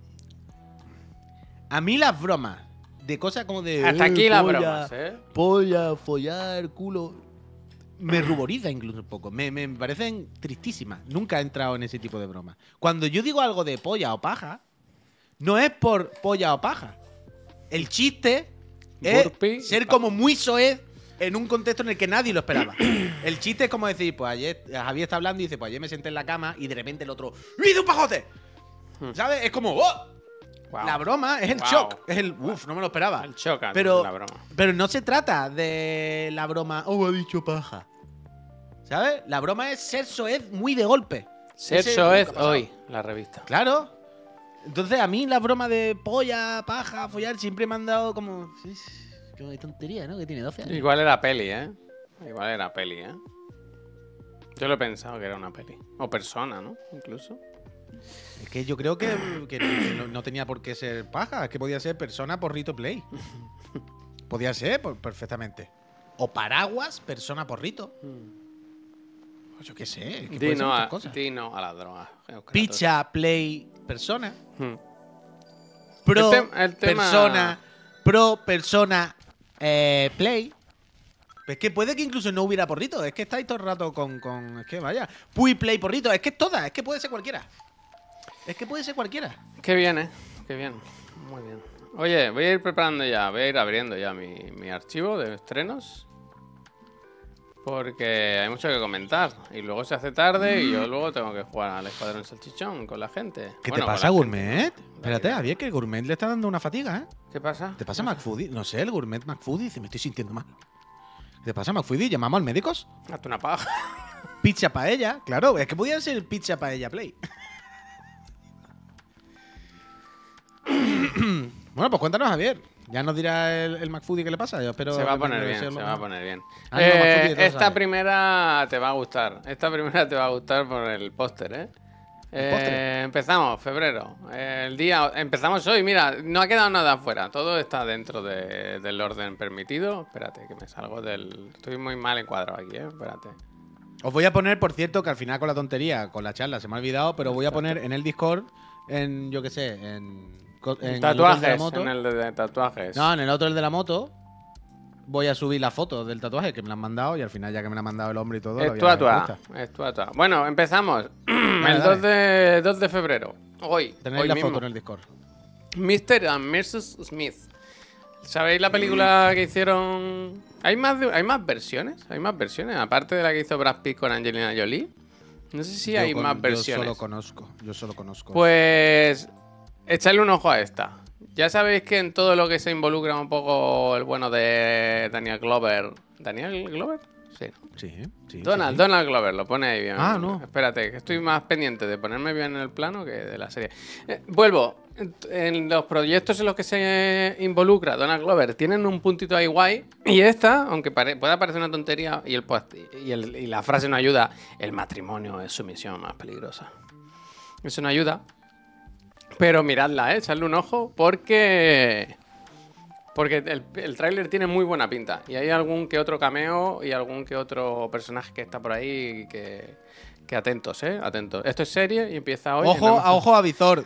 A mí las bromas de cosas como de... Hasta aquí las bromas, Polla, follar, culo... Me ruboriza incluso un poco. Me parecen tristísimas. Nunca he entrado en ese tipo de bromas. Cuando yo digo algo de polla o paja, no es por polla o paja. El chiste es ser como muy soez en un contexto en el que nadie lo esperaba. El chiste es como decir, pues ayer Javier está hablando y dice, pues ayer me senté en la cama y de repente el otro, ¡y de un pajote! ¿Sabes? Es como, ¡oh! Wow. La broma es el Wow. shock. Es el, uf, no me lo esperaba. El shock antes Pero, de la broma. pero no se trata de la broma, oh, ha dicho paja. ¿Sabes? La broma es ser soez muy de golpe. Ser Ese soez nunca ha pasado. hoy, la revista. Claro. Entonces, a mí la broma de polla, paja, follar, siempre me han dado como. Qué tontería, ¿no? Que tiene 12 años. Igual era peli, ¿eh? Igual era peli, ¿eh? Yo lo he pensado que era una peli. O persona, ¿no? Incluso. Es que yo creo que no tenía por qué ser paja. Es que podía ser persona porrito play. Podía ser perfectamente. O paraguas, persona porrito. Pues yo qué sé. Es que puede ser muchas cosas. Di no a la droga. Pizza, play, persona. Hmm. Pro, el tema- persona. Pro, persona, play. Es que puede que incluso no hubiera porrito. Es que estáis todo el rato con. Es que vaya. Puy, play, porrito. Es que es toda. Es que puede ser cualquiera. Es que puede ser cualquiera. Qué bien, ¿eh? Qué bien. Muy bien. Oye, voy a ir preparando ya. Voy a ir abriendo ya mi archivo de estrenos. Porque hay mucho que comentar. Y luego se hace tarde y yo luego tengo que jugar al Escuadrón Salchichón con la gente. ¿Qué Bueno, te con pasa, la Gourmet? gente, ¿no? Espérate, Javier, que el Gourmet le está dando una fatiga, ¿eh? ¿Qué pasa? ¿Te pasa McFoodie? No sé, el Gourmet McFoodie dice, me estoy sintiendo mal. ¿Qué te pasa, McFoodie? ¿Llamamos al médicos? Hazte una paja. Pizza paella, claro, es que podía ser pizza paella play. Bueno, pues cuéntanos, Javier. Ya nos dirá el McFoodie qué le pasa. Yo espero Se va a que poner no bien, sea se lo- va a poner bien. Ah, no, McFoodie, todo Esta sabe. primera te va a gustar. Esta primera te va a gustar por el póster, ¿eh? póster? Empezamos, febrero. Empezamos hoy, mira, no ha quedado nada afuera. Todo está dentro del orden permitido. Espérate, que me salgo del. Estoy muy mal encuadrado aquí, Espérate. Os voy a poner, por cierto, que al final con la tontería, con la charla, se me ha olvidado, pero voy a poner en el Discord, en, yo qué sé, en el otro de la Tatuajes, moto. en el de tatuajes. No, en el otro, el de la moto, voy a subir la foto del tatuaje que me la han mandado y al final, ya que me la han mandado el hombre y todo, la voy a dar me gusta. Es tuatua. Bueno, empezamos. Dale, El 2 de febrero. Hoy. Tenéis hoy la mismo. foto en el Discord. Mr. and Mrs. Smith. ¿Sabéis la película que hicieron? ¿Hay más versiones? ¿Hay más versiones? Aparte de la que hizo Brad Pitt con Angelina Jolie. No sé si hay más versiones. Yo solo conozco. Pues echadle un ojo a esta. Ya sabéis que en todo lo que se involucra un poco el bueno de Daniel Glover. ¿Daniel Glover? Sí. Sí. Donald Glover, lo pone ahí bien. Ah, no. Espérate, que estoy más pendiente de ponerme bien en el plano que de la serie. Vuelvo. En los proyectos en los que se involucra Donald Glover tienen un puntito ahí guay. Y esta, aunque pueda parecer una tontería y la frase no ayuda, el matrimonio es su misión más peligrosa. Eso no ayuda. Pero miradla, echadle un ojo porque el tráiler tiene muy buena pinta. Y hay algún que otro cameo y algún que otro personaje que está por ahí que atentos, atentos. Esto es serie y empieza hoy. Ojo a visor.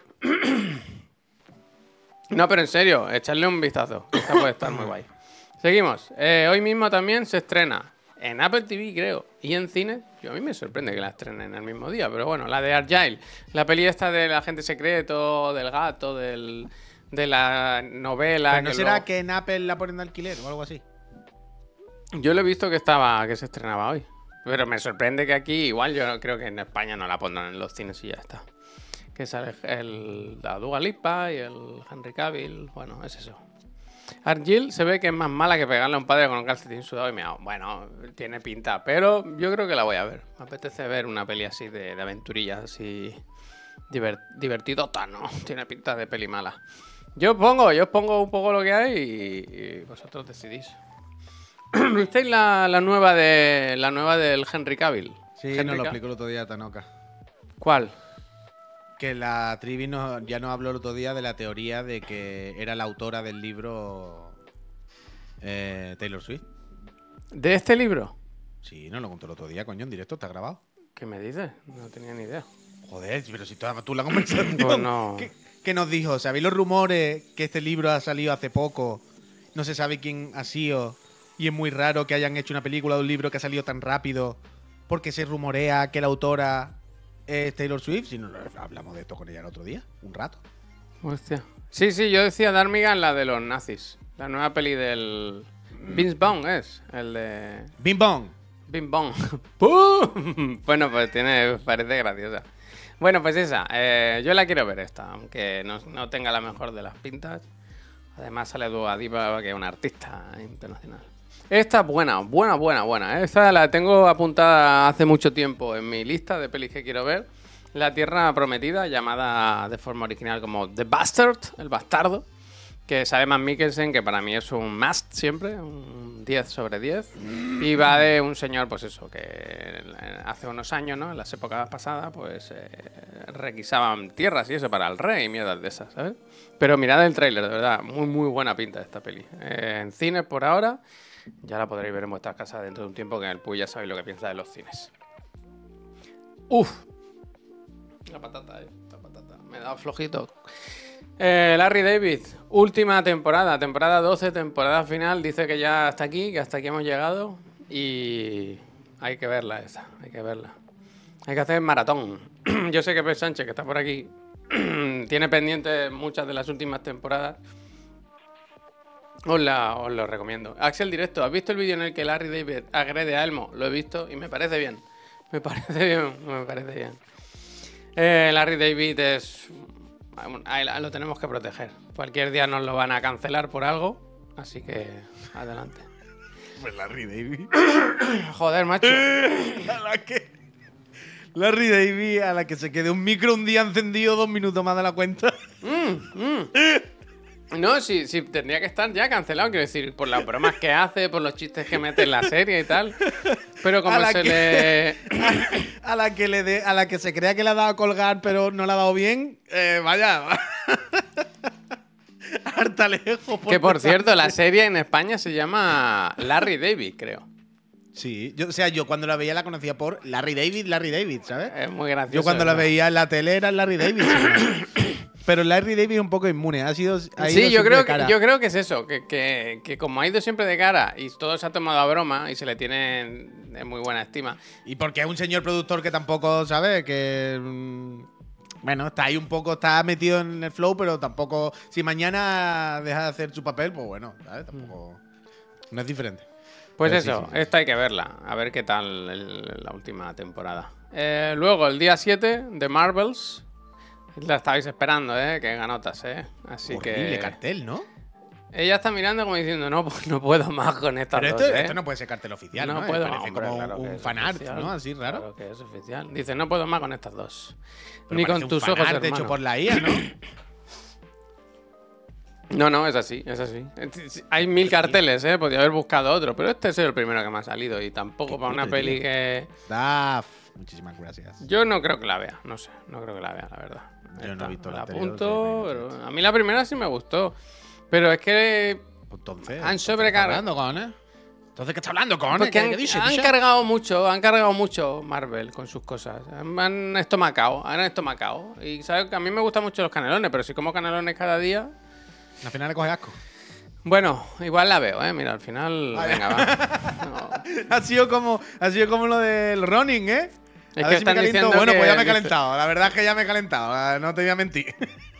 No, pero en serio, echarle un vistazo. Esta puede estar muy guay. Seguimos. Hoy mismo también se estrena en Apple TV, creo, y en cine. A mí me sorprende que la estrenen el mismo día, pero bueno, la de Argyle. La peli esta del agente secreto, del gato, de la novela. ¿Pero no que será luego- que en Apple la ponen de alquiler o algo así? Yo lo he visto que se estrenaba hoy. Pero me sorprende que aquí, igual yo creo que en España no la pondrán en los cines y ya está. Que sale la Dua Lipa y el Henry Cavill. Bueno, es eso. Argyle se ve que es más mala que pegarle a un padre con un calcetín sudado y meado. Bueno, tiene pinta, pero yo creo que la voy a ver. Me apetece ver una peli así de aventurillas, así divertidota, ¿no? Tiene pinta de peli mala. Yo os pongo un poco lo que hay y vosotros decidís. ¿Visteis la nueva del Henry Cavill? Sí, Henry nos lo Cavill. explicó el otro día Tanoka. ¿Cuál? Que la Trivi ya nos habló el otro día de la teoría de que era la autora del libro Taylor Swift. ¿De este libro? Sí, nos lo contó el otro día, coño, en directo, está grabado. ¿Qué me dices? No tenía ni idea. Joder, pero si tú la conversación. Pues no. ¿Qué nos dijo? ¿Sabéis los rumores que este libro ha salido hace poco? No se sabe quién ha sido. Y es muy raro que hayan hecho una película de un libro que ha salido tan rápido. Porque se rumorea que la autora es Taylor Swift. Si no hablamos de esto con ella el otro día, un rato. Hostia. Sí, yo decía Darmigan la de los nazis. La nueva peli del. Vince Vaughn es. El de. Bing Bong. Bing Bong. ¡Pum! Bueno, pues parece graciosa. Bueno, pues esa. Yo la quiero ver esta, aunque no tenga la mejor de las pintas. Además sale Dua Lipa, que es una artista internacional. Esta es buena. Esta la tengo apuntada hace mucho tiempo en mi lista de pelis que quiero ver. La Tierra Prometida, llamada de forma original como The Bastard, el bastardo. Que sale Mads Mikkelsen, que para mí es un must siempre, un 10 sobre 10. Y va de un señor, pues eso, que hace unos años, ¿no? En las épocas pasadas, pues requisaban tierras y eso para el rey y mierdas de esas, ¿sabes? Pero mirad el tráiler, de verdad, muy buena pinta de esta peli. En cines por ahora, ya la podréis ver en vuestras casas dentro de un tiempo, que en el Puy ya sabéis lo que piensa de los cines. ¡Uf! La patata, me da flojito. Larry David, última temporada 12, temporada final, dice que ya hasta aquí, que hasta aquí hemos llegado y hay que verla esa, hay que verla. Hay que hacer maratón. Yo sé que Pep Sánchez, que está por aquí, tiene pendientes muchas de las últimas temporadas. Os lo recomiendo. Axel Directo, ¿has visto el vídeo en el que Larry David agrede a Elmo? Lo he visto y me parece bien. Me parece bien. Larry David es... Ahí lo tenemos que proteger. Cualquier día nos lo van a cancelar por algo. Así que adelante. Pues Larry David. Joder, macho. Larry David, a la que se quede un micro un día encendido 2 minutos más de la cuenta. No, sí, tendría que estar ya cancelado, quiero decir, por las bromas que hace, por los chistes que mete en la serie y tal. Pero como a la que se crea que le ha dado a colgar, pero no le ha dado bien, vaya. Harta lejos. Que por cierto, la serie en España se llama Larry David, creo. Sí, yo cuando la veía la conocía por Larry David, ¿sabes? Es muy gracioso. Yo cuando la veía en la tele era Larry David. Pero Larry David es un poco inmune. Sí, yo creo que es eso. Que como ha ido siempre de cara y todo se ha tomado a broma y se le tiene en muy buena estima. Y porque es un señor productor que tampoco, ¿sabes? Que. Bueno, está ahí un poco, está metido en el flow, pero tampoco. Si mañana deja de hacer su papel, pues bueno, ¿sabes? Tampoco. No es diferente. Pues pero eso, sí. Esta hay que verla. A ver qué tal la última temporada. Luego, el día 7 de Marvels. La estabais esperando, qué ganotas, Así horrible cartel, ¿no? Ella está mirando como diciendo, no puedo más con estas pero dos, esto no puede ser cartel oficial, ¿no? Puedo, parece hombre, como claro un fanart, ¿no? Así raro. Claro que es oficial. Dice, no puedo más con estas dos. Pero ni con tus ojos, hermano. Hecho por la IA, ¿no? No, es así. Hay 1000 carteles, Podría haber buscado otro, pero este es el primero que me ha salido y tampoco para una peli que... Daf, muchísimas gracias. Yo no creo que la vea, no sé, no creo que la vea, la verdad. Yo no he visto la apunto, pero a mí la primera sí me gustó, pero es que entonces, han sobrecargado. Entonces, ¿qué está hablando con? Porque han cargado mucho Marvel con sus cosas. Han estomacado. Y sabes que a mí me gustan mucho los canelones, pero si como canelones cada día... Al final le coge asco. Bueno, igual la veo, mira, al final... Venga, va. No. ha sido como lo del running, Es que están diciendo bueno, pues ya me he calentado. La verdad es que ya me he calentado. No te voy a mentir.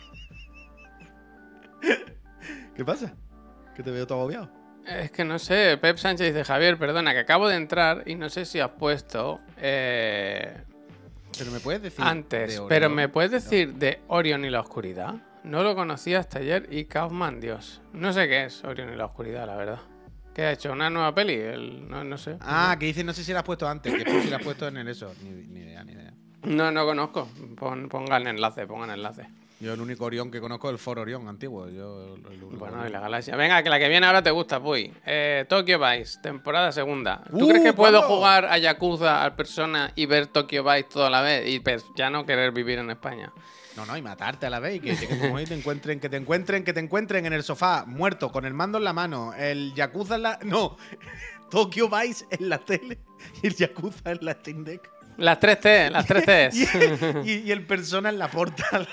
¿Qué pasa? Que te veo todo agobiado. Es que no sé. Pep Sánchez dice, Javier, perdona, que acabo de entrar y no sé si has puesto... Pero me puedes decir... Antes, pero me puedes decir de Orión y la Oscuridad. No lo conocía hasta ayer y Kaufman, Dios. No sé qué es Orión y la Oscuridad, la verdad. ¿Qué ha hecho? ¿Una nueva peli? No sé. Ah, que dice, no sé si la has puesto antes, que si la has puesto en el eso. Ni idea. No conozco. Pongan enlace. Yo el único Orión que conozco es el Foro Orión antiguo. Bueno, y la galaxia. Venga, que la que viene ahora te gusta, Puy. Tokyo Vice, temporada segunda. ¿Tú crees que puedo jugar a Yakuza, al Persona y ver Tokyo Vice toda la vez y pues, ya no querer vivir en España? No, y matarte a la vez y que te encuentren en el sofá, muerto, con el mando en la mano, el Yakuza en la... No, Tokyo Vice en la tele y el Yakuza en la Steam Deck. Las 3T. y el Persona en la Portal.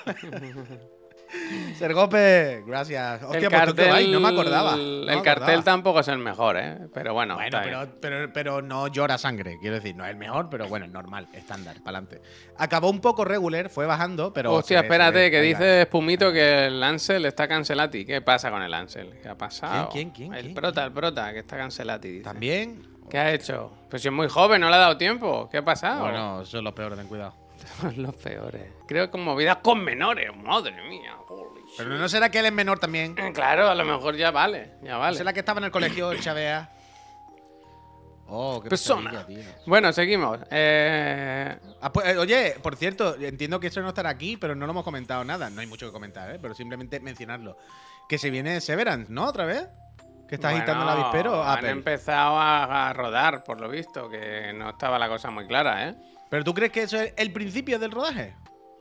Sergope, gracias. Hostia, el cartel, Tokyo Vice, no me acordaba. El cartel tampoco es el mejor, pero bueno. Pero no llora sangre, quiero decir, no es el mejor, pero bueno, es normal, estándar, para adelante. Acabó un poco regular, fue bajando, pero... Hostia, espérate, que dice Spumito que el Ansel está cancelati. ¿Qué pasa con el Ansel? ¿Qué ha pasado? ¿Quién? El prota, que está cancelati, dice. ¿También? ¿Qué ha hecho? Pues si es muy joven, no le ha dado tiempo. ¿Qué ha pasado? Bueno, eso es lo peor, ten cuidado. Son los peores. Creo que con movidas con menores, madre mía. Holy shit. Pero no será que él es menor también. Claro, a lo mejor ya vale, ya ¿No vale. será que estaba en el colegio el Chavea? Oh, qué Persona. pesadilla, tío. Bueno, seguimos. Oye, por cierto, entiendo que eso no estará aquí, pero no lo hemos comentado nada. No hay mucho que comentar, pero simplemente mencionarlo. Que se viene Severance, ¿no? ¿Otra vez? Que está agitando el avispero. Han Apple. empezado a rodar, por lo visto, que no estaba la cosa muy clara, ¿eh? ¿Pero tú crees que eso es el principio del rodaje?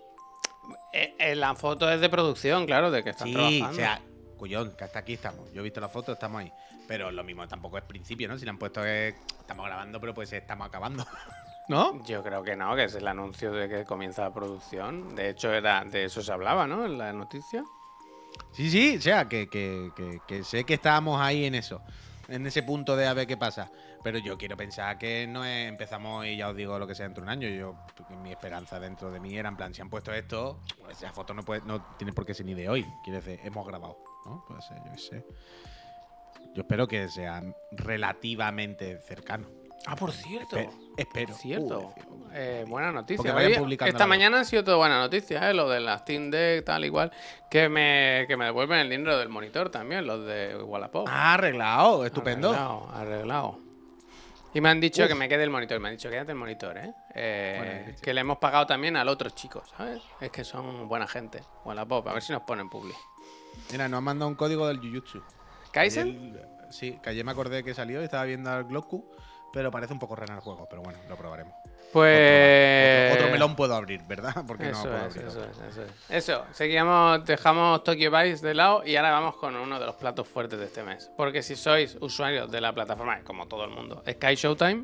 La foto es de producción, claro, de que están Sí, trabajando. o sea, cuyón, que hasta aquí estamos. Yo he visto la foto, estamos ahí. Pero lo mismo tampoco es principio, ¿no? Si le han puesto que estamos grabando, pero pues estamos acabando. ¿No? Yo creo que no, que es el anuncio de que comienza la producción. De hecho, de eso se hablaba, ¿no? En la noticia. Sí, sí, o sea, que sé que estábamos ahí en eso. En ese punto de a ver qué pasa. Pero yo quiero pensar que no empezamos y ya os digo lo que sea dentro de un año. Mi esperanza dentro de mí era en plan, si han puesto esto, pues esa foto no tiene por qué ser ni de hoy. Quiere decir, hemos grabado, ¿no? Puede ser, yo qué sé. Yo espero que sea relativamente cercano. Ah, por cierto. Espero. Cierto. Buena noticia. Porque vayan Oye, publicando esta la mañana han sido todo buena noticia, lo de las Steam Deck, tal igual. Que me devuelven el dinero del monitor también, los de Wallapop. Ah, arreglado, estupendo. Arreglado. Y me han dicho que me quede el monitor. Me han dicho, quédate el monitor, ¿eh? Bueno, que le hemos pagado también al otro chico, ¿sabes? Es que son buena gente. Wallapop, a ver si nos ponen publi. Mira, nos han mandado un código del Jujutsu. ¿Kaizen? Sí, que ayer me acordé que salió y estaba viendo al Glocku, pero parece un poco raro el juego, pero bueno, lo probaremos. Pues... Otro melón puedo abrir, ¿verdad? Porque no Eso puedo es, abrir eso otro. es, eso es. Eso, dejamos Tokyo Vice de lado y ahora vamos con uno de los platos fuertes de este mes. Porque si sois usuarios de la plataforma, como todo el mundo, Sky Showtime.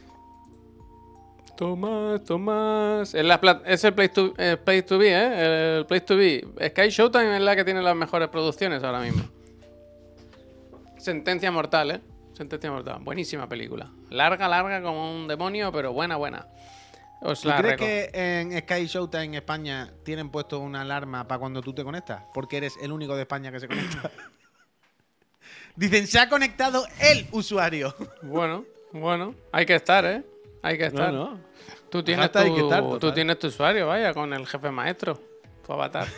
Tomás. Es el Place to Be, ¿eh? El Place to Be. Sky Showtime es la que tiene las mejores producciones ahora mismo. Sentencia Mortal, ¿eh? Sentencia Mortal. Buenísima película. Larga como un demonio, pero buena. Os ¿Tú la crees reco- que en Sky Showtime en España tienen puesto una alarma para cuando tú te conectas? Porque eres el único de España que se conecta. Dicen, se ha conectado el usuario. Bueno, hay que estar, ¿eh? Hay que estar. No. Tú tienes Hasta hay que estar, tú total. tienes tu usuario, vaya, con el jefe maestro, tu avatar.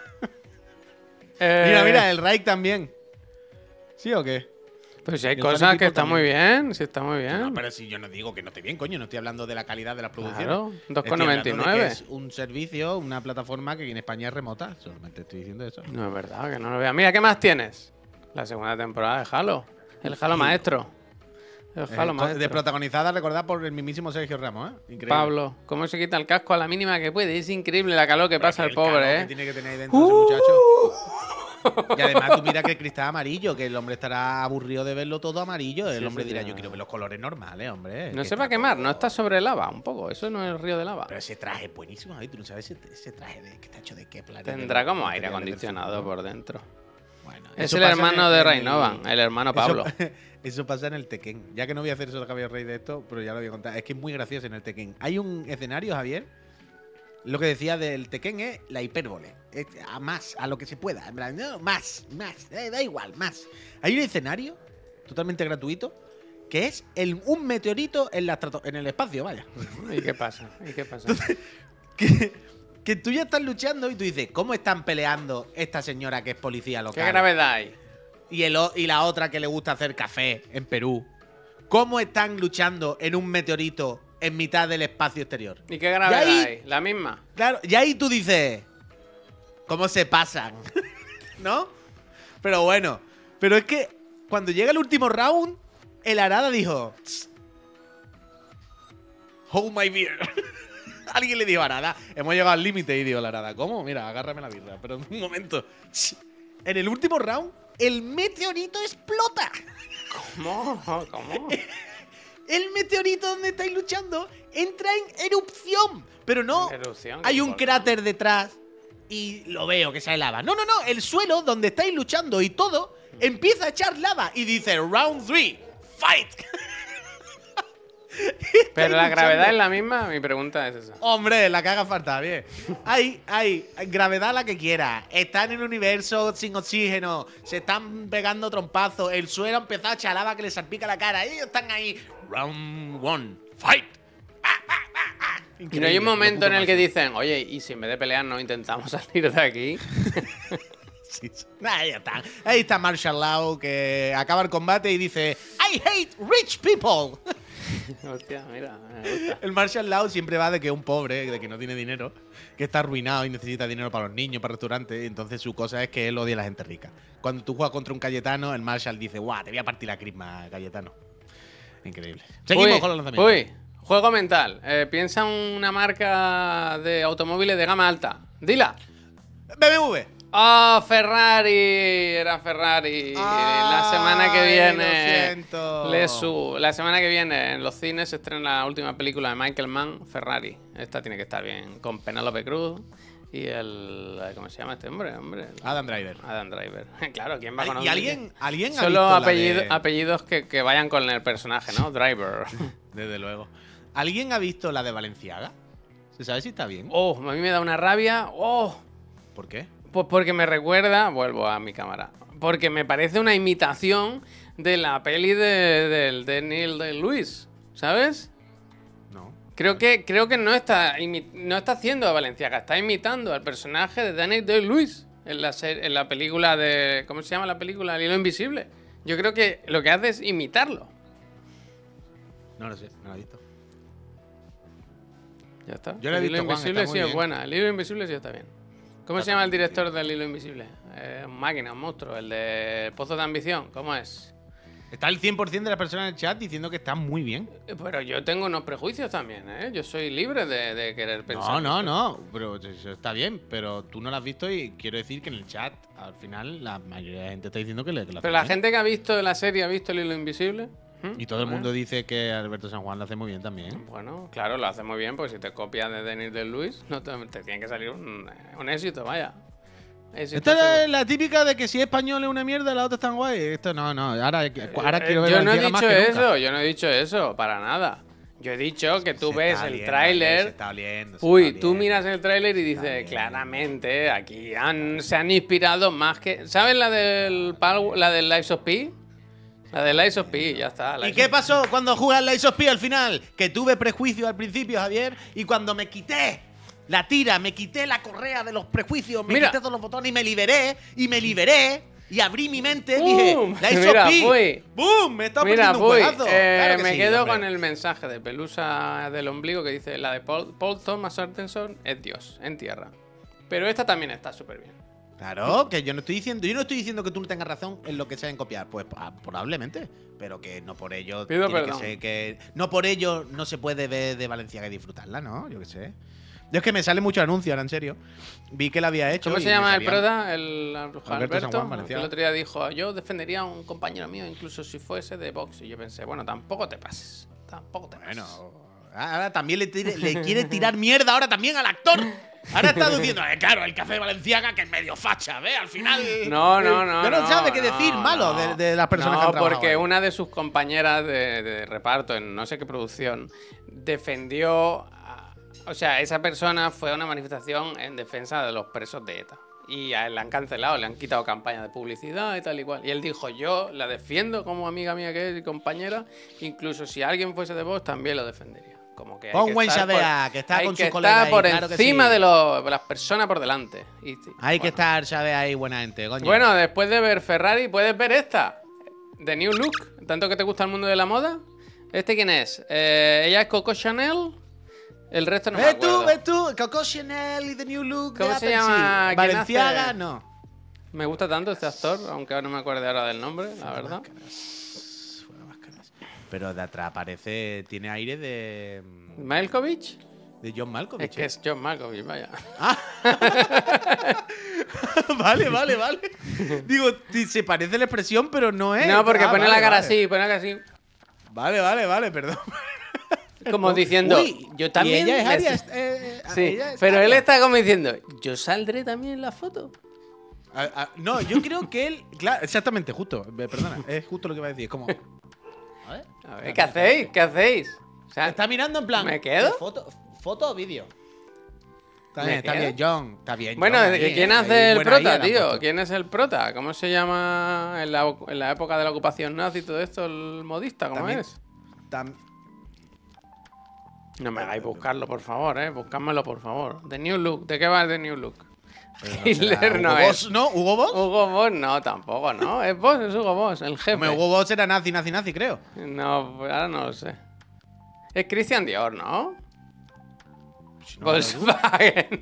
Mira, el Raik también. ¿Sí o qué? Pues si hay el cosas Funny que People están muy bien, sí está muy bien. No, pero si yo no digo que no esté bien, coño, no estoy hablando de la calidad de las producciones. Claro, Estoy hablando de 2,99. que es un servicio, una plataforma que en España es remota. Solamente estoy diciendo eso. No es verdad, que no lo vea. Mira, ¿qué más tienes? La segunda temporada de Halo. El Halo maestro. El Halo maestro. De protagonizada, recordad, por el mismísimo Sergio Ramos, ¿eh? Increíble. Pablo, cómo se quita el casco a la mínima que puede. Es increíble la calor que Pero pasa que el calor pobre, que ¿eh? tiene que tener ahí dentro ese muchacho. Y además tú mira que el cristal amarillo, que el hombre estará aburrido de verlo todo amarillo. El Sí, hombre sí, dirá, sí. yo quiero ver los colores normales, hombre. No que se va a está quemar, todo- no está sobre lava un poco. Eso no es el río de lava. Pero ese traje es buenísimo, ¿eh? Tú no sabes ese traje que está hecho de qué planeta. Tendrá como aire acondicionado por dentro. Bueno, Es eso el pasa hermano en de el- Reinovan, el hermano Pablo. Eso pasa en el Tekken. Ya que no voy a hacer eso de Javier Rey de esto, pero ya lo voy a contar. Es que es muy gracioso en el Tekken. Hay un escenario, Javier. Lo que decía del Tekken es la hipérbole. Es a más, a lo que se pueda. En plan, no, más. Da igual, más. Hay un escenario totalmente gratuito que es un meteorito en el espacio, vaya. ¿Y qué pasa? Que tú ya estás luchando y tú dices, ¿cómo están peleando esta señora que es policía local? ¿Qué gravedad hay? Y la otra que le gusta hacer café en Perú. ¿Cómo están luchando en un meteorito en mitad del espacio exterior? ¿Y qué gravedad Y ahí- hay? La misma. Claro, y ahí tú dices, ¿cómo se pasan? ¿No? Pero bueno, pero es que cuando llega el último round, el Arada dijo, "Tss, hold my beer." Alguien le dijo a Arada, hemos llegado al límite y dijo el Arada, ¿cómo? Mira, agárrame la birra, pero un momento. Tss. En el último round, el meteorito explota. ¿Cómo? El meteorito donde estáis luchando entra en erupción. Pero no Erupción, hay ¿qué un importa? cráter detrás y lo veo que sale lava. No. El suelo donde estáis luchando y todo empieza a echar lava. Y dice, round 3, fight. Pero la luchando. gravedad es la misma, mi pregunta es esa. Hombre, la que haga falta, bien. Hay gravedad la que quiera. Están en un universo sin oxígeno. Se están pegando trompazos. El suelo ha empezado a echar lava que les salpica la cara. Ellos están ahí. Round 1, fight. Y no hay un momento en el que dicen, oye, ¿y si en vez de pelear no intentamos salir de aquí? Sí, sí. Nah, ya está. Ahí está Marshall Law, que acaba el combate y dice I hate rich people. Hostia, mira, me gusta. El Marshall Law siempre va de que es un pobre, de que no tiene dinero, que está arruinado y necesita dinero para los niños, para restaurantes. Y entonces su cosa es que él odia a la gente rica. Cuando tú juegas contra un Cayetano, el Marshall dice, guau, te voy a partir la crisma, Cayetano. Increíble. Seguimos con los lanzamientos. Uy, juego mental. Piensa en una marca de automóviles de gama alta. Dila. BMW. Oh, Ferrari. Era Ferrari. La semana que viene. Lo siento. La semana que viene en los cines se estrena la última película de Michael Mann, Ferrari. Esta tiene que estar bien. Con Penélope Cruz y el. ¿Cómo se llama este hombre? Adam Driver. Adam Driver. Claro, ¿quién va a conocer? ¿Y alguien ha Solo visto la de- apellidos que vayan con el personaje, ¿no? Driver. Desde luego. ¿Alguien ha visto la de Valenciaga? ¿Se sabe si está bien? Oh, a mí me da una rabia. Oh. ¿Por qué? Pues porque me recuerda, vuelvo a mi cámara, porque me parece una imitación de la peli de Neil de Lewis, ¿sabes? No. Creo que no está haciendo a Valenciaga, está imitando al personaje de Daniel Day-Lewis en la película de... ¿Cómo se llama la película? El hilo invisible. Yo creo que lo que hace es imitarlo. No lo sé, no lo he visto. Ya está. Yo la he El hilo visto, Juan, invisible está muy sí es bien. buena. El hilo invisible sí está bien. ¿Cómo se llama el director del hilo invisible? Un máquina, un monstruo. El de Pozo de Ambición. ¿Cómo es? Está el 100% de las personas en el chat diciendo que está muy bien. Pero yo tengo unos prejuicios también, ¿eh? Yo soy libre de querer pensar. No. Pero eso está bien. Pero tú no lo has visto y quiero decir que en el chat, al final, la mayoría de la gente está diciendo que lo hace Pero la bien. gente que ha visto la serie ha visto el hilo invisible. Y todo el mundo dice que Alberto San Juan lo hace muy bien también. Bueno, claro, lo hace muy bien, porque si te copias de Denis de Luis, no te tiene que salir un éxito, vaya. Éxito Esta seguro. es la típica de que si es español es una mierda, la otra está guay. Esto no. Ahora quiero ver Yo no he Valenciaga más dicho que nunca. eso, yo no he dicho eso, para nada. Yo he dicho que tú Se ves está el oliendo, tráiler. se está oliendo, se Uy, está tú oliendo. miras el tráiler y dices, oliendo. claramente, aquí se han inspirado más que... ¿Sabes la del Lies of P? La del Lies of P, ya está. ¿Y qué pasó cuando jugas la Isospi al final? Que tuve prejuicios al principio, Javier, y cuando me quité la tira, me quité la correa de los prejuicios, me Mira. quité todos los botones y me liberé, y abrí mi mente, ¡Bum! dije, la Mira, Isospi, fui. ¡boom! Me está Mira, poniendo un juegazo. Claro que me sí, quedo hombre. con el mensaje de Pelusa del ombligo que dice, la de Paul Thomas Anderson es Dios, en tierra. Pero esta también está súper bien. Claro, que yo no estoy diciendo que tú no tengas razón en lo que sea en copiar, pues probablemente, pero que no por ello Pido tiene perdón. que ser que no por ello no se puede ver de Valenciaga y disfrutarla, ¿no? Yo qué sé. Yo es que me sale mucho anuncio ahora, en serio. Vi que la había hecho. ¿Cómo y se me llama el salían- prota? El Alberto, San Juan, que Valenciaga. el otro día dijo, yo defendería a un compañero mío incluso si fuese de Vox. Y yo pensé, bueno, tampoco te pases. Tampoco te pases. Bueno, ahora también le quiere tirar mierda ahora también al actor. Ahora está diciendo, claro, el café de Valenciaga que es medio facha, ¿ves? Al final. No. Ya no sabe qué decir malo de las personas que han trabajado porque ahí. una de sus compañeras de reparto en no sé qué producción defendió. O sea, esa persona fue a una manifestación en defensa de los presos de ETA. Y a él la han cancelado, le han quitado campañas de publicidad y tal y cual. Y él dijo, yo la defiendo como amiga mía que es y compañera. Incluso si alguien fuese de Vox, también lo defendería. Como que hay Pon que buen estar Xavea, que está hay con que sus colegas estar ahí, por claro que encima sí. de las personas por delante. Hay que estar, ¿sabes? Ahí buena gente, coño. Bueno, después de ver Ferrari, puedes ver esta. The New Look. Tanto que te gusta el mundo de la moda. ¿Este quién es? Ella es Coco Chanel. El resto no me acuerdo. ves tú, Coco Chanel y The New Look. ¿Cómo de se Apple, llama? sí. ¿Quién Valenciaga, hace? no. Me gusta tanto este actor, aunque ahora no me acuerdo ahora del nombre, la verdad. Fuera máscaras. Pero de atrás parece, tiene aire de ¿Malkovich? John Malkovich. Es que es John Malkovich, vaya. vale. Digo, se parece la expresión, pero no es. No, porque pone vale, la cara vale. así, pone la cara así. Vale, perdón. Como diciendo, Uy, yo también. Y ella es neces- Aria, Sí, ella es pero él Aria. está como diciendo, yo saldré también en la foto. No, yo creo que él. Claro, exactamente, justo. Perdona, es justo lo que iba a decir. Es como. A ver. A ver, ¿qué hacéis? ¿Qué hacéis? O sea, Está mirando en plan. ¿Me quedo? ¿Foto o vídeo? Está bien, quedo? John. Está bien. bueno, John, ahí, ¿quién ahí, hace el buena ahí prota, la han tío? puesto. ¿Quién es el prota? ¿Cómo se llama en la época de la ocupación nazi y todo esto? ¿El modista? ¿Cómo También- es? Tam- No me hagáis buscarlo, por favor, buscádmelo, por favor. The New Look, ¿de qué va The New Look? Hitler no Hugo es. Boss, ¿no? ¿Hugo Boss? Hugo Boss no, tampoco, ¿no? Es Boss, es Hugo Boss, el jefe. Hombre, Hugo Boss era nazi, creo. No, pues ahora no lo sé. Es Christian Dior, ¿no? Si no me lo dudo. Volkswagen.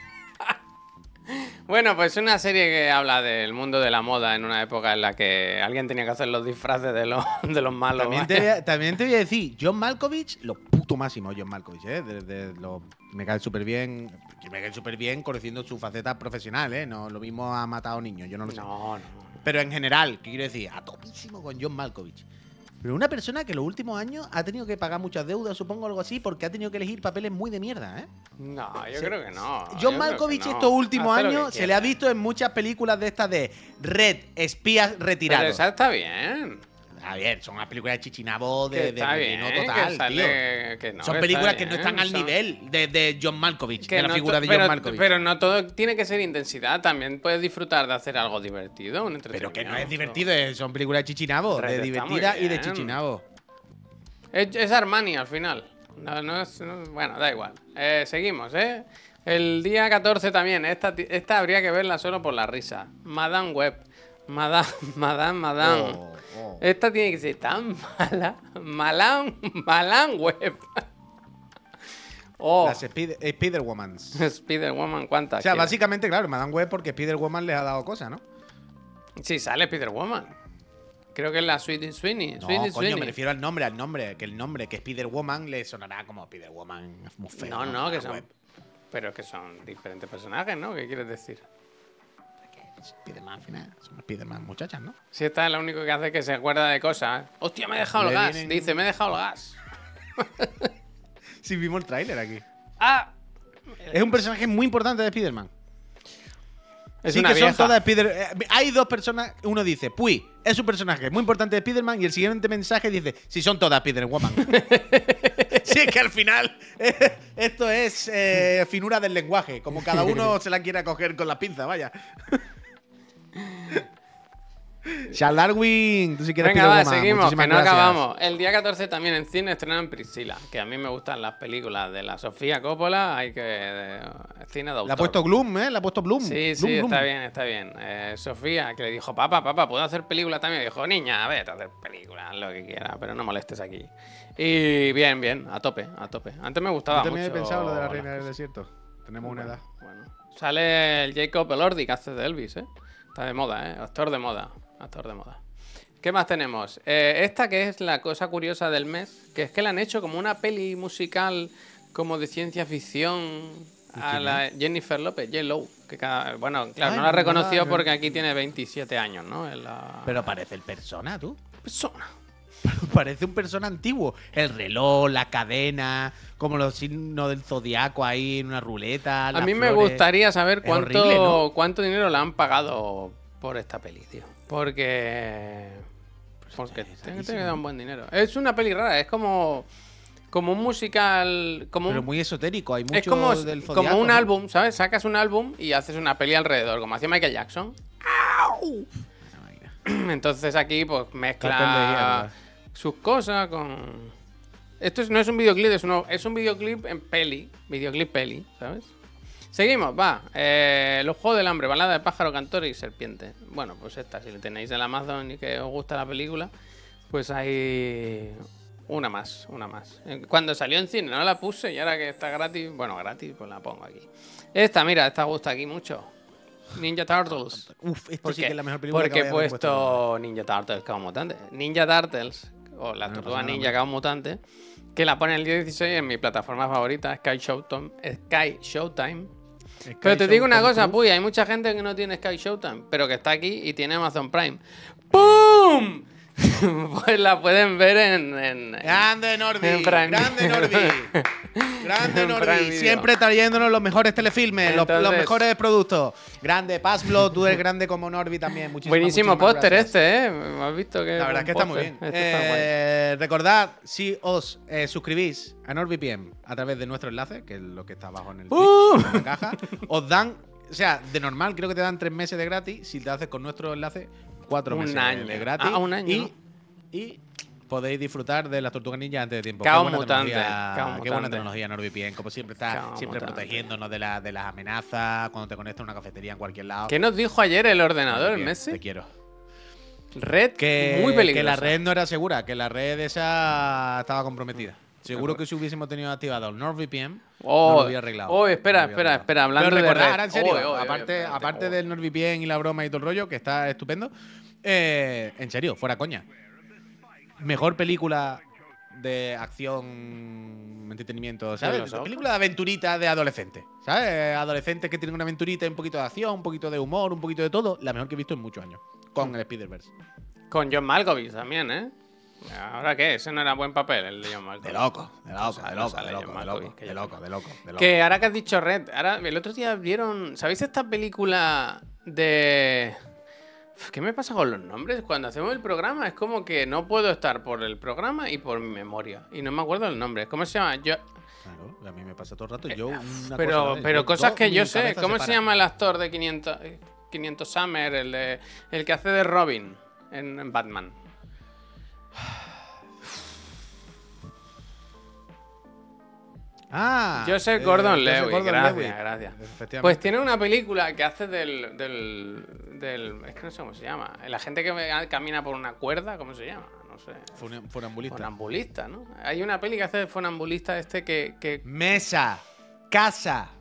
Bueno, pues una serie que habla del mundo de la moda en una época en la que alguien tenía que hacer los disfraces de los malos. También te voy a decir, John Malkovich, lo puto máximo John Malkovich, me cae súper bien. Me cae súper bien conociendo su faceta profesional, No, lo mismo ha matado niños, yo no lo sé. No. Pero en general, ¿qué quiero decir? A topísimo con John Malkovich. Pero una persona que en los últimos años ha tenido que pagar muchas deudas, supongo, algo así, porque ha tenido que elegir papeles muy de mierda, No, yo creo que no. John Malkovich estos últimos años se le ha visto en muchas películas de estas de Red, espías retirados. Pero esa está bien. A ver, son unas películas de chichinabo de está bien, total, que sale, tío. no, son que películas está que no bien, están al nivel de John Malkovich, que de la no figura de pero, John Malkovich. Pero no todo tiene que ser intensidad. También puedes disfrutar de hacer algo divertido, un Pero que no entretenimiento. es divertido, son películas de chichinabo, Red de está muy divertida y de bien. chichinabo. Es Armani al final. Bueno, da igual. Seguimos, El día 14 también. Esta habría que verla solo por la risa. Madame Web. Madame. Esta tiene que ser tan mala. Malan Web. Las Spider-Womans. Spider-Woman, ¿cuántas? O sea, quieres? básicamente, claro, Madame Web porque Spider-Woman les ha dado cosas, ¿no? Sí, sale Spider-Woman. Creo que es la Sweetie Sweeney. No, Sweetie coño, Sweeney. me refiero al nombre, que el nombre, que Spider-Woman le sonará como Spider-Woman muy feo. No, que Madame son. Web. Pero que son diferentes personajes, ¿no? ¿Qué quieres decir? Spider-Man al final, son Spider-Man muchachas, ¿no? Si esta es lo único que hace es que se acuerda de cosas. ¡Hostia, me he dejado el Le gas! vienen- Dice, me he dejado el gas. Sí, vimos el tráiler aquí. ¡Ah! Es un personaje muy importante de Spider-Man. Es Sí, una que vieja. son todas Spider. Hay dos personas. Uno dice, Puy, es un personaje muy importante de Spider-Man. Y el siguiente mensaje dice, si son todas Spider-Woman. Sí, es que al final esto es finura del lenguaje. Como cada uno se la quiera coger con las pinzas, vaya. Charles Darwin, tú si quieres Venga, va, Spider-Woman. seguimos, que Muchísimas no gracias. acabamos. El día 14 también en cine estrenan Priscila, que a mí me gustan las películas de la Sofía Coppola, hay que... cine de autor. Le ha puesto Gloom, ¿eh? Le ha puesto Bloom. Sí, Bloom, Bloom. está bien. Sofía, que le dijo, papá, ¿puedo hacer películas también? Y dijo, niña, vete a hacer películas, lo que quieras, pero no molestes aquí. Y bien, a tope. Antes me gustaba Yo también mucho. he pensado lo de la Reina del Desierto. Tenemos una edad. Bueno. Sale el Jacob Elordi, que hace de Elvis, Está de moda, Actor de moda. ¿Qué más tenemos? Esta que es la cosa curiosa del mes, que es que la han hecho como una peli musical como de ciencia ficción a la Jennifer López, J-Lo. Bueno, claro, Ay, no la reconoció no. porque aquí tiene 27 años, ¿no? Pero parece el Persona, tú. Persona. Parece un Persona antiguo. El reloj, la cadena, como los signos del zodiaco ahí en una ruleta. A las mí me flores. gustaría saber Es horrible, ¿no? cuánto dinero le han pagado por esta peli, tío. Porque tiene que dar un buen dinero. Es una peli rara, es como un musical, Pero muy esotérico, hay mucho es como, del como zodiaco, un ¿no? álbum, ¿sabes? Sacas un álbum y haces una peli alrededor, como hacía Michael Jackson. Entonces aquí pues Cartel de mezcla guerra. sus cosas con... Esto no es un videoclip, es un videoclip en peli, ¿sabes? Seguimos, va. Los Juegos del Hambre, balada de pájaro, cantor y serpiente. Bueno, pues esta, si le tenéis en Amazon y que os gusta la película, pues hay una más. Cuando salió en cine no la puse y ahora que está gratis, pues la pongo aquí. Esta gusta aquí mucho. Ninja Turtles. Uf, esto ¿Por sí qué? que es la mejor película Porque que he voy a haber puesto Ninja Turtles como mutante. Ninja Turtles, o la No tortuga pasa nada, ninja como mutante, que la pone el día 16 en mi plataforma favorita, Sky Showtime. Pero te digo una cosa, Puy, hay mucha gente que no tiene Sky Showtime, pero que está aquí y tiene Amazon Prime. ¡Pum! Pues la pueden ver en Grande Nordi, en Prime. grande Nordi. Grande En Nordi, Prime Video. siempre trayéndonos los mejores telefilmes, los Entonces- mejores productos. Grande Pazblo, tú eres grande como Nordi también. Buenísimo muchísimas póster gracias. ¿Has visto que La verdad es que está muy bien. Está guay. Recordad, si os suscribís a NordVPN a través de nuestro enlace, que es lo que está abajo en el en la caja, os dan, o sea, de normal creo que te dan 3 meses de gratis. Si te haces con nuestro enlace, 4 Un meses año. de gratis. Un año. Y podéis disfrutar de las tortugas ninja antes de tiempo. Caos Qué buena mutante, tecnología, caos qué buena mutante. tecnología NordVPN, como siempre está Caos siempre mutante. protegiéndonos de las amenazas cuando te conectas a una cafetería en cualquier lado. ¿Qué nos dijo ayer el ordenador, NordVPN, Messi? te quiero. Red muy Que peligrosa. la red no era segura, que la red esa estaba comprometida. Seguro que si hubiésemos tenido activado el NordVPN, no lo hubiera arreglado. Oh, espera, No lo hubiera arreglado. hablando Pero de recordad, red. ahora en serio, Espérate. aparte del NordVPN y la broma y todo el rollo, que está estupendo, en serio, fuera coña. Mejor película de acción, entretenimiento, ¿sabes? Película de aventurita de adolescentes, ¿sabes? Adolescentes que tienen una aventurita, un poquito de acción, un poquito de humor, un poquito de todo. La mejor que he visto en muchos años. Con el Spider-Verse. Con John Malkovich también, ¿eh? ¿Ahora qué? Ese no era buen papel, el de John Malkovich. De loco. Que ahora que has dicho Red, ahora el otro día vieron. ¿Sabéis esta película de. ¿Qué me pasa con los nombres? Cuando hacemos el programa es como que no puedo estar por el programa y por mi memoria. Y no me acuerdo el nombre. ¿Cómo se llama? Claro, a mí me pasa todo el rato. Yo una pero cosa, yo- cosas que mi yo sé. cabeza ¿Cómo se se para. llama el actor de 500 Summer? El que hace de Robin en Batman. Joseph Gordon-Levitt, gracias. Efectivamente. Pues tiene una película que hace es que no sé cómo se llama. La gente que camina por una cuerda, ¿cómo se llama? No sé. Funambulista. Funambulista, ¿no? Hay una peli que hace de funambulista que Mesa. Casa.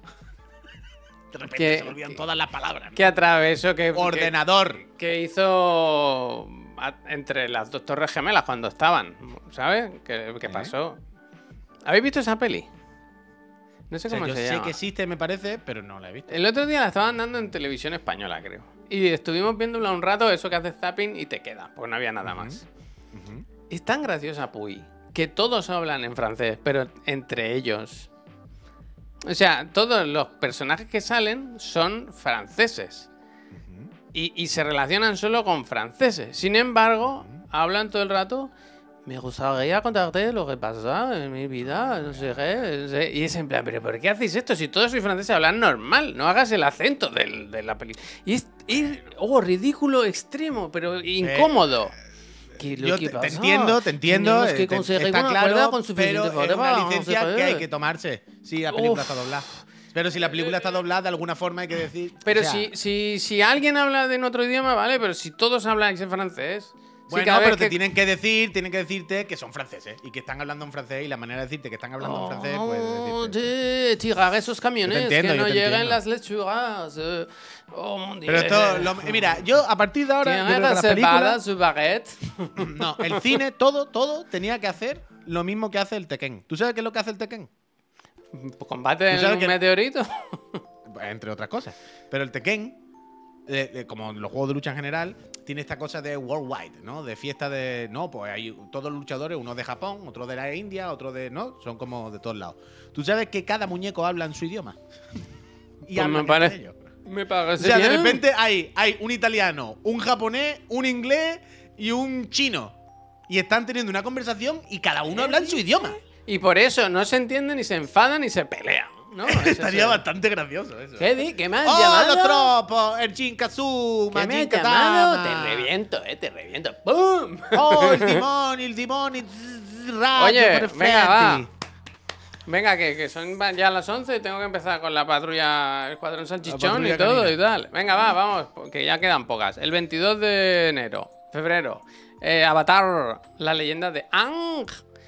De repente Que- se me olvidan todas las palabras. ¿no? que atravesó, Ordenador. que hizo entre las dos torres gemelas cuando estaban, ¿sabes? ¿Qué pasó? ¿Habéis visto esa peli? No sé O sea, cómo yo se sé llama. que existe, me parece, pero no la he visto. El otro día la estaban dando en televisión española, creo. Y estuvimos viéndola un rato, eso que hace zapping y te queda, porque no había nada más. Ujú. Es tan graciosa, Puy, que todos hablan en francés, pero entre ellos. O sea, todos los personajes que salen son franceses. Y se relacionan solo con franceses. Sin embargo, hablan todo el rato. Me gustaría contarte lo que pasa en mi vida, no sé qué. No sé". Y es en plan, ¿pero por qué hacéis esto? Si todos sois franceses, hablan normal. No hagas el acento de la película. Y es ridículo extremo, pero incómodo. ¿Qué es lo Yo que te pasa? entiendo. Tenemos que conseguir está un acuerdo claro, con suficiente pero es forever, una no sé licencia qué. que hay que tomarse si la película Uf. está doblada. Pero si la película está doblada, de alguna forma hay que decir. Pero o sea, si alguien habla en otro idioma, vale, pero si todos hablan en francés. si Bueno, cada pero vez te tienen que decirte que son franceses y que están hablando en francés, y la manera de decirte que están hablando en francés, pues decirte. Tirar esos camiones, Yo te entiendo, que yo no te lleguen entiendo. las lechugas. Oh, mon Dieu. Pero esto, mira, yo a partir de ahora, yo creo que las películas, su baguette. no, el cine, todo tenía que hacer lo mismo que hace el Tekken. ¿Tú sabes qué es lo que hace el Tekken? ¿Combate ¿Tú en sabes un que- meteorito? Entre otras cosas. Pero el Tekken, como los juegos de lucha en general, tiene esta cosa de worldwide, ¿no? De fiesta de. No, pues hay todos los luchadores, uno de Japón, otro de la India, otro de. ¿No? Son como de todos lados. ¿Tú sabes que cada muñeco habla en su idioma? Y Pues hablan me parece- entre ellos. Me O parece sea, de bien. repente hay un italiano, un japonés, un inglés y un chino. Y están teniendo una conversación y cada uno habla en su idioma. Y por eso no se entienden, ni se enfadan, ni se pelean. ¿no? Estaría bastante gracioso eso. ¿Qué me has ¡Oh, llamado? los tropos! El Jinkazuma, ¿Qué me has Jinkatama. llamado? Te reviento. ¡Pum! ¡Oh, el timón! Y rayo Oye, por el venga, va. frente. Venga, que son ya las 11 y tengo que empezar con la patrulla, el escuadrón salchichón patrulla y todo canina. y tal. Venga, vamos, que ya quedan pocas. El 22 de febrero, Avatar, la leyenda de Aang,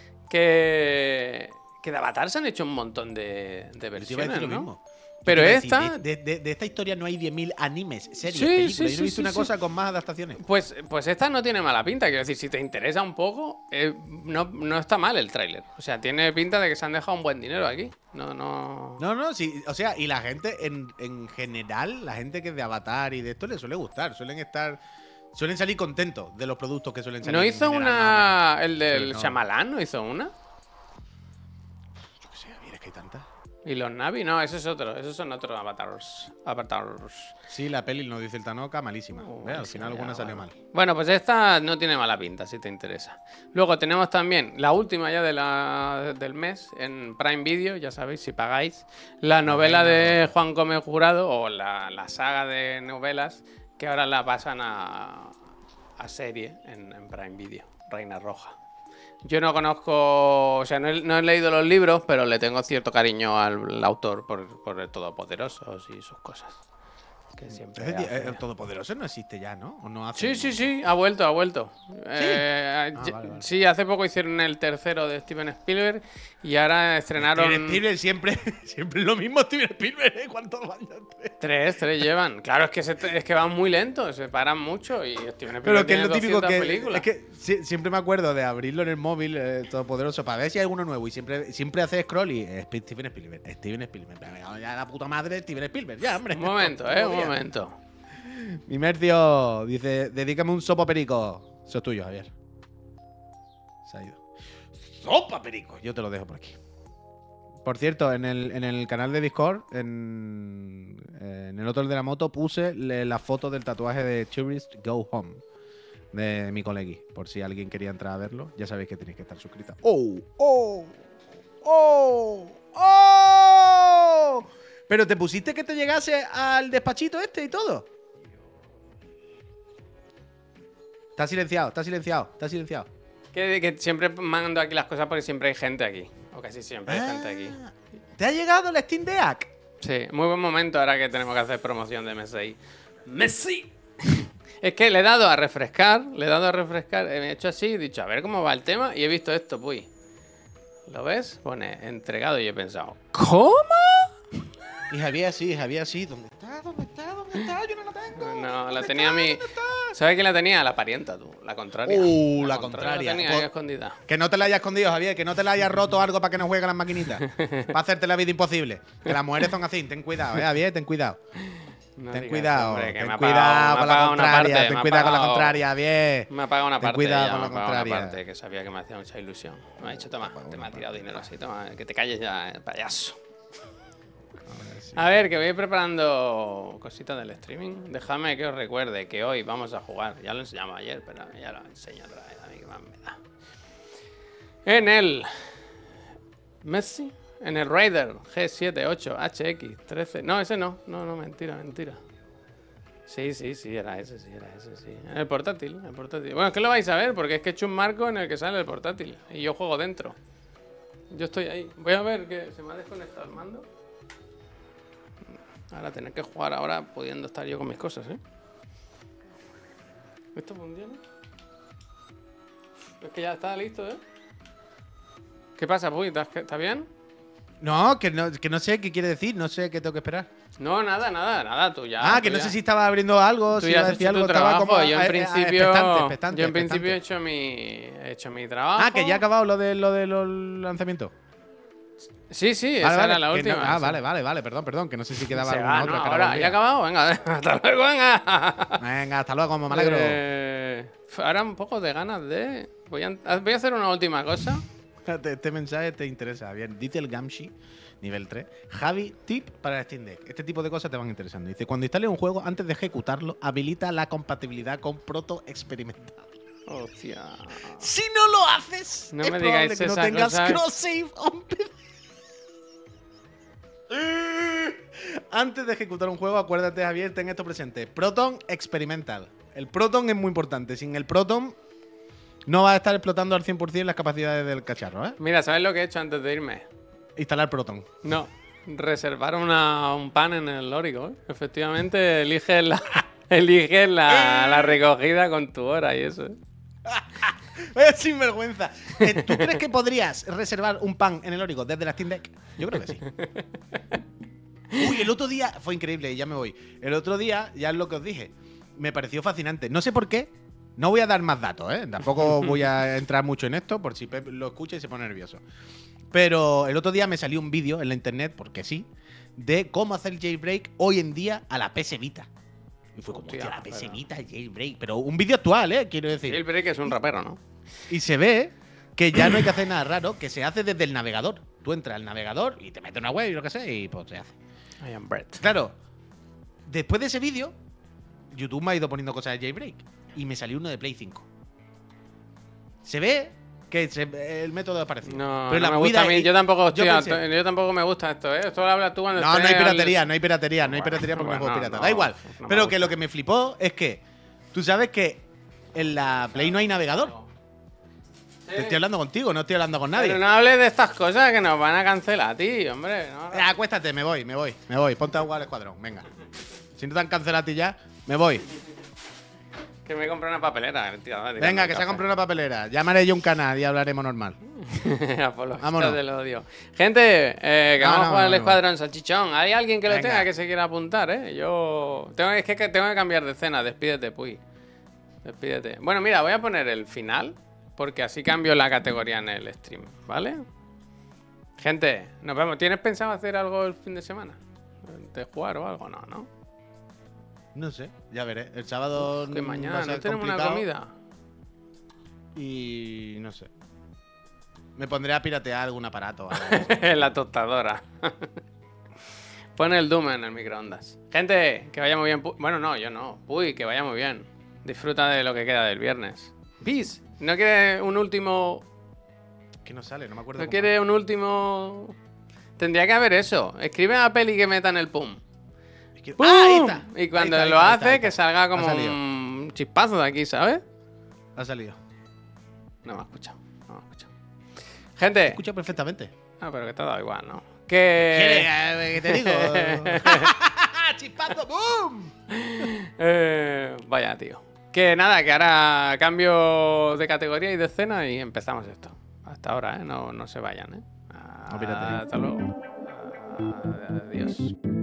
que de Avatar se han hecho un montón de Yo te iba a versiones, decir lo ¿no? mismo. Pero Yo te iba a esta... decir, de esta historia no hay 10.000 animes, series, Sí, películas. sí, Yo no he sí, visto sí, una sí. cosa con más adaptaciones. Pues esta no tiene mala pinta, quiero decir, si te interesa un poco, no está mal el tráiler. O sea, tiene pinta de que se han dejado un buen dinero aquí. No. No, sí, o sea, y la gente en general, la gente que es de Avatar y de esto le suele gustar, suelen salir contentos de los productos que suelen salir. ¿No en hizo general, más o una... menos. el del Pero no. Shyamalan no hizo una? Yo qué sé, mira, es que hay tantas. ¿Y los Navi? No, ese es otro. Esos son otros avatars. Sí, la peli nos dice el Tanoka, malísima. Ve, al Malísima, final alguna ya, salió bueno. mal. Bueno, pues esta no tiene mala pinta, si te interesa. Luego tenemos también la última ya del mes en Prime Video, ya sabéis, si pagáis, la novela de Juan Gómez Jurado, o la saga de novelas, que ahora la pasan a serie en Prime Video, Reina Roja. Yo no conozco, o sea, no he leído los libros, pero le tengo cierto cariño al autor por el Todopoderoso y sus cosas. Que siempre Es decir, hace. el Todopoderoso no existe ya, ¿no? ¿O no Sí, hace? sí, sí, ha vuelto, ha vuelto. Vale, vale. Sí, hace poco hicieron el tercero de Steven Spielberg y ahora estrenaron... Steven Spielberg siempre es lo mismo, Steven Spielberg, ¿eh? ¿Cuántos años? Tres llevan. Claro, es que van muy lentos, se paran mucho y Steven Pero Spielberg que es tiene lo típico 200 que. películas. Es que siempre me acuerdo de abrirlo en el móvil, Todopoderoso, para ver si hay alguno nuevo. Y siempre hace scroll y Steven Spielberg. Steven Spielberg. Ya la puta madre, Steven Spielberg. Ya, hombre. Un momento, un momento. Mi Mercio dice: dedícame un sopa perico. Eso es tuyo, Javier. Se ha ido. ¡Sopa perico! Yo te lo dejo por aquí. Por cierto, en el canal de Discord, en el otro de la moto, puse la foto del tatuaje de Tourist Go Home de mi colegui. Por si alguien quería entrar a verlo, ya sabéis que tenéis que estar suscrita. ¡Oh! ¡Oh! ¡Oh! ¡Oh! Pero te pusiste que te llegase al despachito este y todo. Está silenciado, está silenciado, está silenciado. Que siempre mando aquí las cosas porque siempre hay gente aquí. O casi siempre hay gente aquí. ¿Te ha llegado el Steam Deck? Sí, muy buen momento ahora que tenemos que hacer promoción de MSI. ¡Messi! Es que le he dado a refrescar, me he hecho así, he dicho, a ver cómo va el tema, y he visto esto, puy. ¿Lo ves? Pone entregado y he pensado, ¿cómo? Y Javier sí. ¿Dónde está? ¿Dónde está? ¿Dónde está? Yo no la tengo. No, la tenía a mí. ¿Sabes quién la tenía? La parienta, tú. La contraria. La contraria. La tenía ahí escondida. Que no te la hayas escondido, Javier. Que no te la hayas roto algo para que no juegue a las maquinitas. Para hacerte la vida imposible. Que las mujeres son así. Ten cuidado, Javier. Ten cuidado. No Ten digas, cuidado. hombre, que Ten me ha cuidado pagado- con me ha la pagado una contraria. parte, Ten me ha cuidado con la pagado- contraria, Javier. Me ha pagado una Ten parte. cuidado ella, con me la ha pagado una contraria. parte que sabía que me hacía mucha ilusión. Me ha dicho, toma, te me ha tirado dinero así, toma, que te calles ya, payaso. A ver, que voy preparando cositas del streaming. Dejadme que os recuerde que hoy vamos a jugar. Ya lo enseñamos ayer, pero ya lo enseño otra vez. A mí que más me da. En el Messi, en el Raider G78 HX 13. No, ese no. No, mentira. Sí, era ese, sí. En el portátil. Bueno, es que lo vais a ver porque es que he hecho un marco en el que sale el portátil y yo juego dentro. Yo estoy ahí. Voy a ver que se me ha desconectado el mando. Ahora tener que jugar ahora pudiendo estar yo con mis cosas, ¿eh? ¿Esto funciona? Es que ya está listo, ¿eh? ¿Qué pasa, Puy? ¿Estás bien? No, que no sé qué quiere decir. No sé qué tengo que esperar. No, nada, tú ya. Que tú no ya. sé si estaba abriendo algo, Tú si ya iba a has decir hecho algo. tu Estaba trabajo. como Yo en principio, expectante. he hecho mi trabajo. Ah, que ya ha acabado lo de los lanzamientos. Sí, esa era la última. No, vale, perdón, que no sé si quedaba Se alguna va, otra. ¿no? que Ahora, volvía. ¿ya ha acabado? Venga, hasta luego, venga. Venga, hasta luego, me alegro. Ahora un poco de ganas de... Voy a hacer una última cosa. Este mensaje te interesa, bien. Dice el Gamshi, nivel 3. Javi, tip para el Steam Deck. Este tipo de cosas te van interesando. Dice, cuando instales un juego, antes de ejecutarlo, habilita la compatibilidad con Proto Experimental. Hostia. Si no lo haces, No es me probable digáis que no esas tengas cosas. cross-save on PC. Antes de ejecutar un juego, acuérdate, Javier, ten esto presente. Proton Experimental. El Proton es muy importante. Sin el Proton no vas a estar explotando al 100% las capacidades del cacharro, ¿eh? Mira, ¿sabes lo que he hecho antes de irme? Instalar Proton. No, reservar un pan en el Lórico, ¿eh? Efectivamente, eliges la recogida con tu hora y eso, ¿eh? Vaya sinvergüenza. ¿Tú crees que podrías reservar un pan en el Órico desde la Steam Deck? Yo creo que sí. Uy, el otro día fue increíble, ya me voy. El otro día, ya es lo que os dije, me pareció fascinante. No sé por qué. No voy a dar más datos, ¿eh? Tampoco voy a entrar mucho en esto por si Pep lo escucha y se pone nervioso. Pero el otro día me salió un vídeo en la internet, porque sí, de cómo hacer jailbreak hoy en día a la PS Vita. Y fue como, Hostia, hostia, la PS pero- Vita, jailbreak. Pero un vídeo actual, ¿eh? Quiero decir. El break es un rapero, ¿no? Y se ve que ya no hay que hacer nada raro, que se hace desde el navegador. Tú entras al navegador y te metes una web y lo que sea y pues se hace. I am Brett. Claro, después de ese vídeo, YouTube me ha ido poniendo cosas de jailbreak y me salió uno de Play 5. Se ve que el método aparece. No, pero no la me gusta a mí. movida Yo tampoco, yo estoy, pensé, yo tampoco me gusta esto, ¿eh? Esto lo hablas tú cuando no, no estés hay al- piratería, no hay piratería porque Bueno, no juego pirata. no, Da igual. no me Pero que gusta. lo que me flipó es que tú sabes que en la Play no hay navegador. Te estoy hablando contigo, no estoy hablando con nadie. Pero no hables de estas cosas que nos van a cancelar a ti, hombre. No. Acuéstate, me voy. Ponte a jugar al escuadrón, venga. Si no te han cancelado a ti ya, me voy. Que me compré una papelera, tío. Venga, que se ha comprado una papelera. Llamaré yo un canal y hablaremos normal. Apologista del odio. Gente, que vamos a jugar al escuadrón salchichón. ¿Hay alguien que lo tenga que se quiera apuntar, Yo tengo que cambiar de escena. Despídete, Puy. Despídete. Bueno, mira, voy a poner el final, porque así cambio la categoría en el stream, ¿vale? Gente, nos vemos. ¿Tienes pensado hacer algo el fin de semana? ¿De jugar o algo? No, ¿no? No sé, ya veré. El sábado que mañana va a ser no tenemos una complicado. comida. Y no sé. Me pondré a piratear algún aparato. La tostadora. Pon el Doom en el microondas. Gente, que vaya muy bien. Bueno, no, yo no. Uy, que vaya muy bien. Disfruta de lo que queda del viernes. Peace. ¿No quiere un último? Que no sale, no me acuerdo. ¿No quiere un último? Tendría que haber eso. Escribe a Peli que metan el pum. ¡Pum! Ahí está. Y cuando ahí está, lo ahí hace, está. que salga como un chispazo de aquí, ¿sabes? Ha salido. No me ha escuchado. Gente. Escucha perfectamente. Ah, pero que te ha dado igual, ¿no? Que... ¿Qué te digo? ¡Chispazo! ¡Boom! Vaya, tío. Que nada, que ahora cambio de categoría y de escena y empezamos esto. Hasta ahora, No se vayan, No, pírate. Hasta luego. Adiós.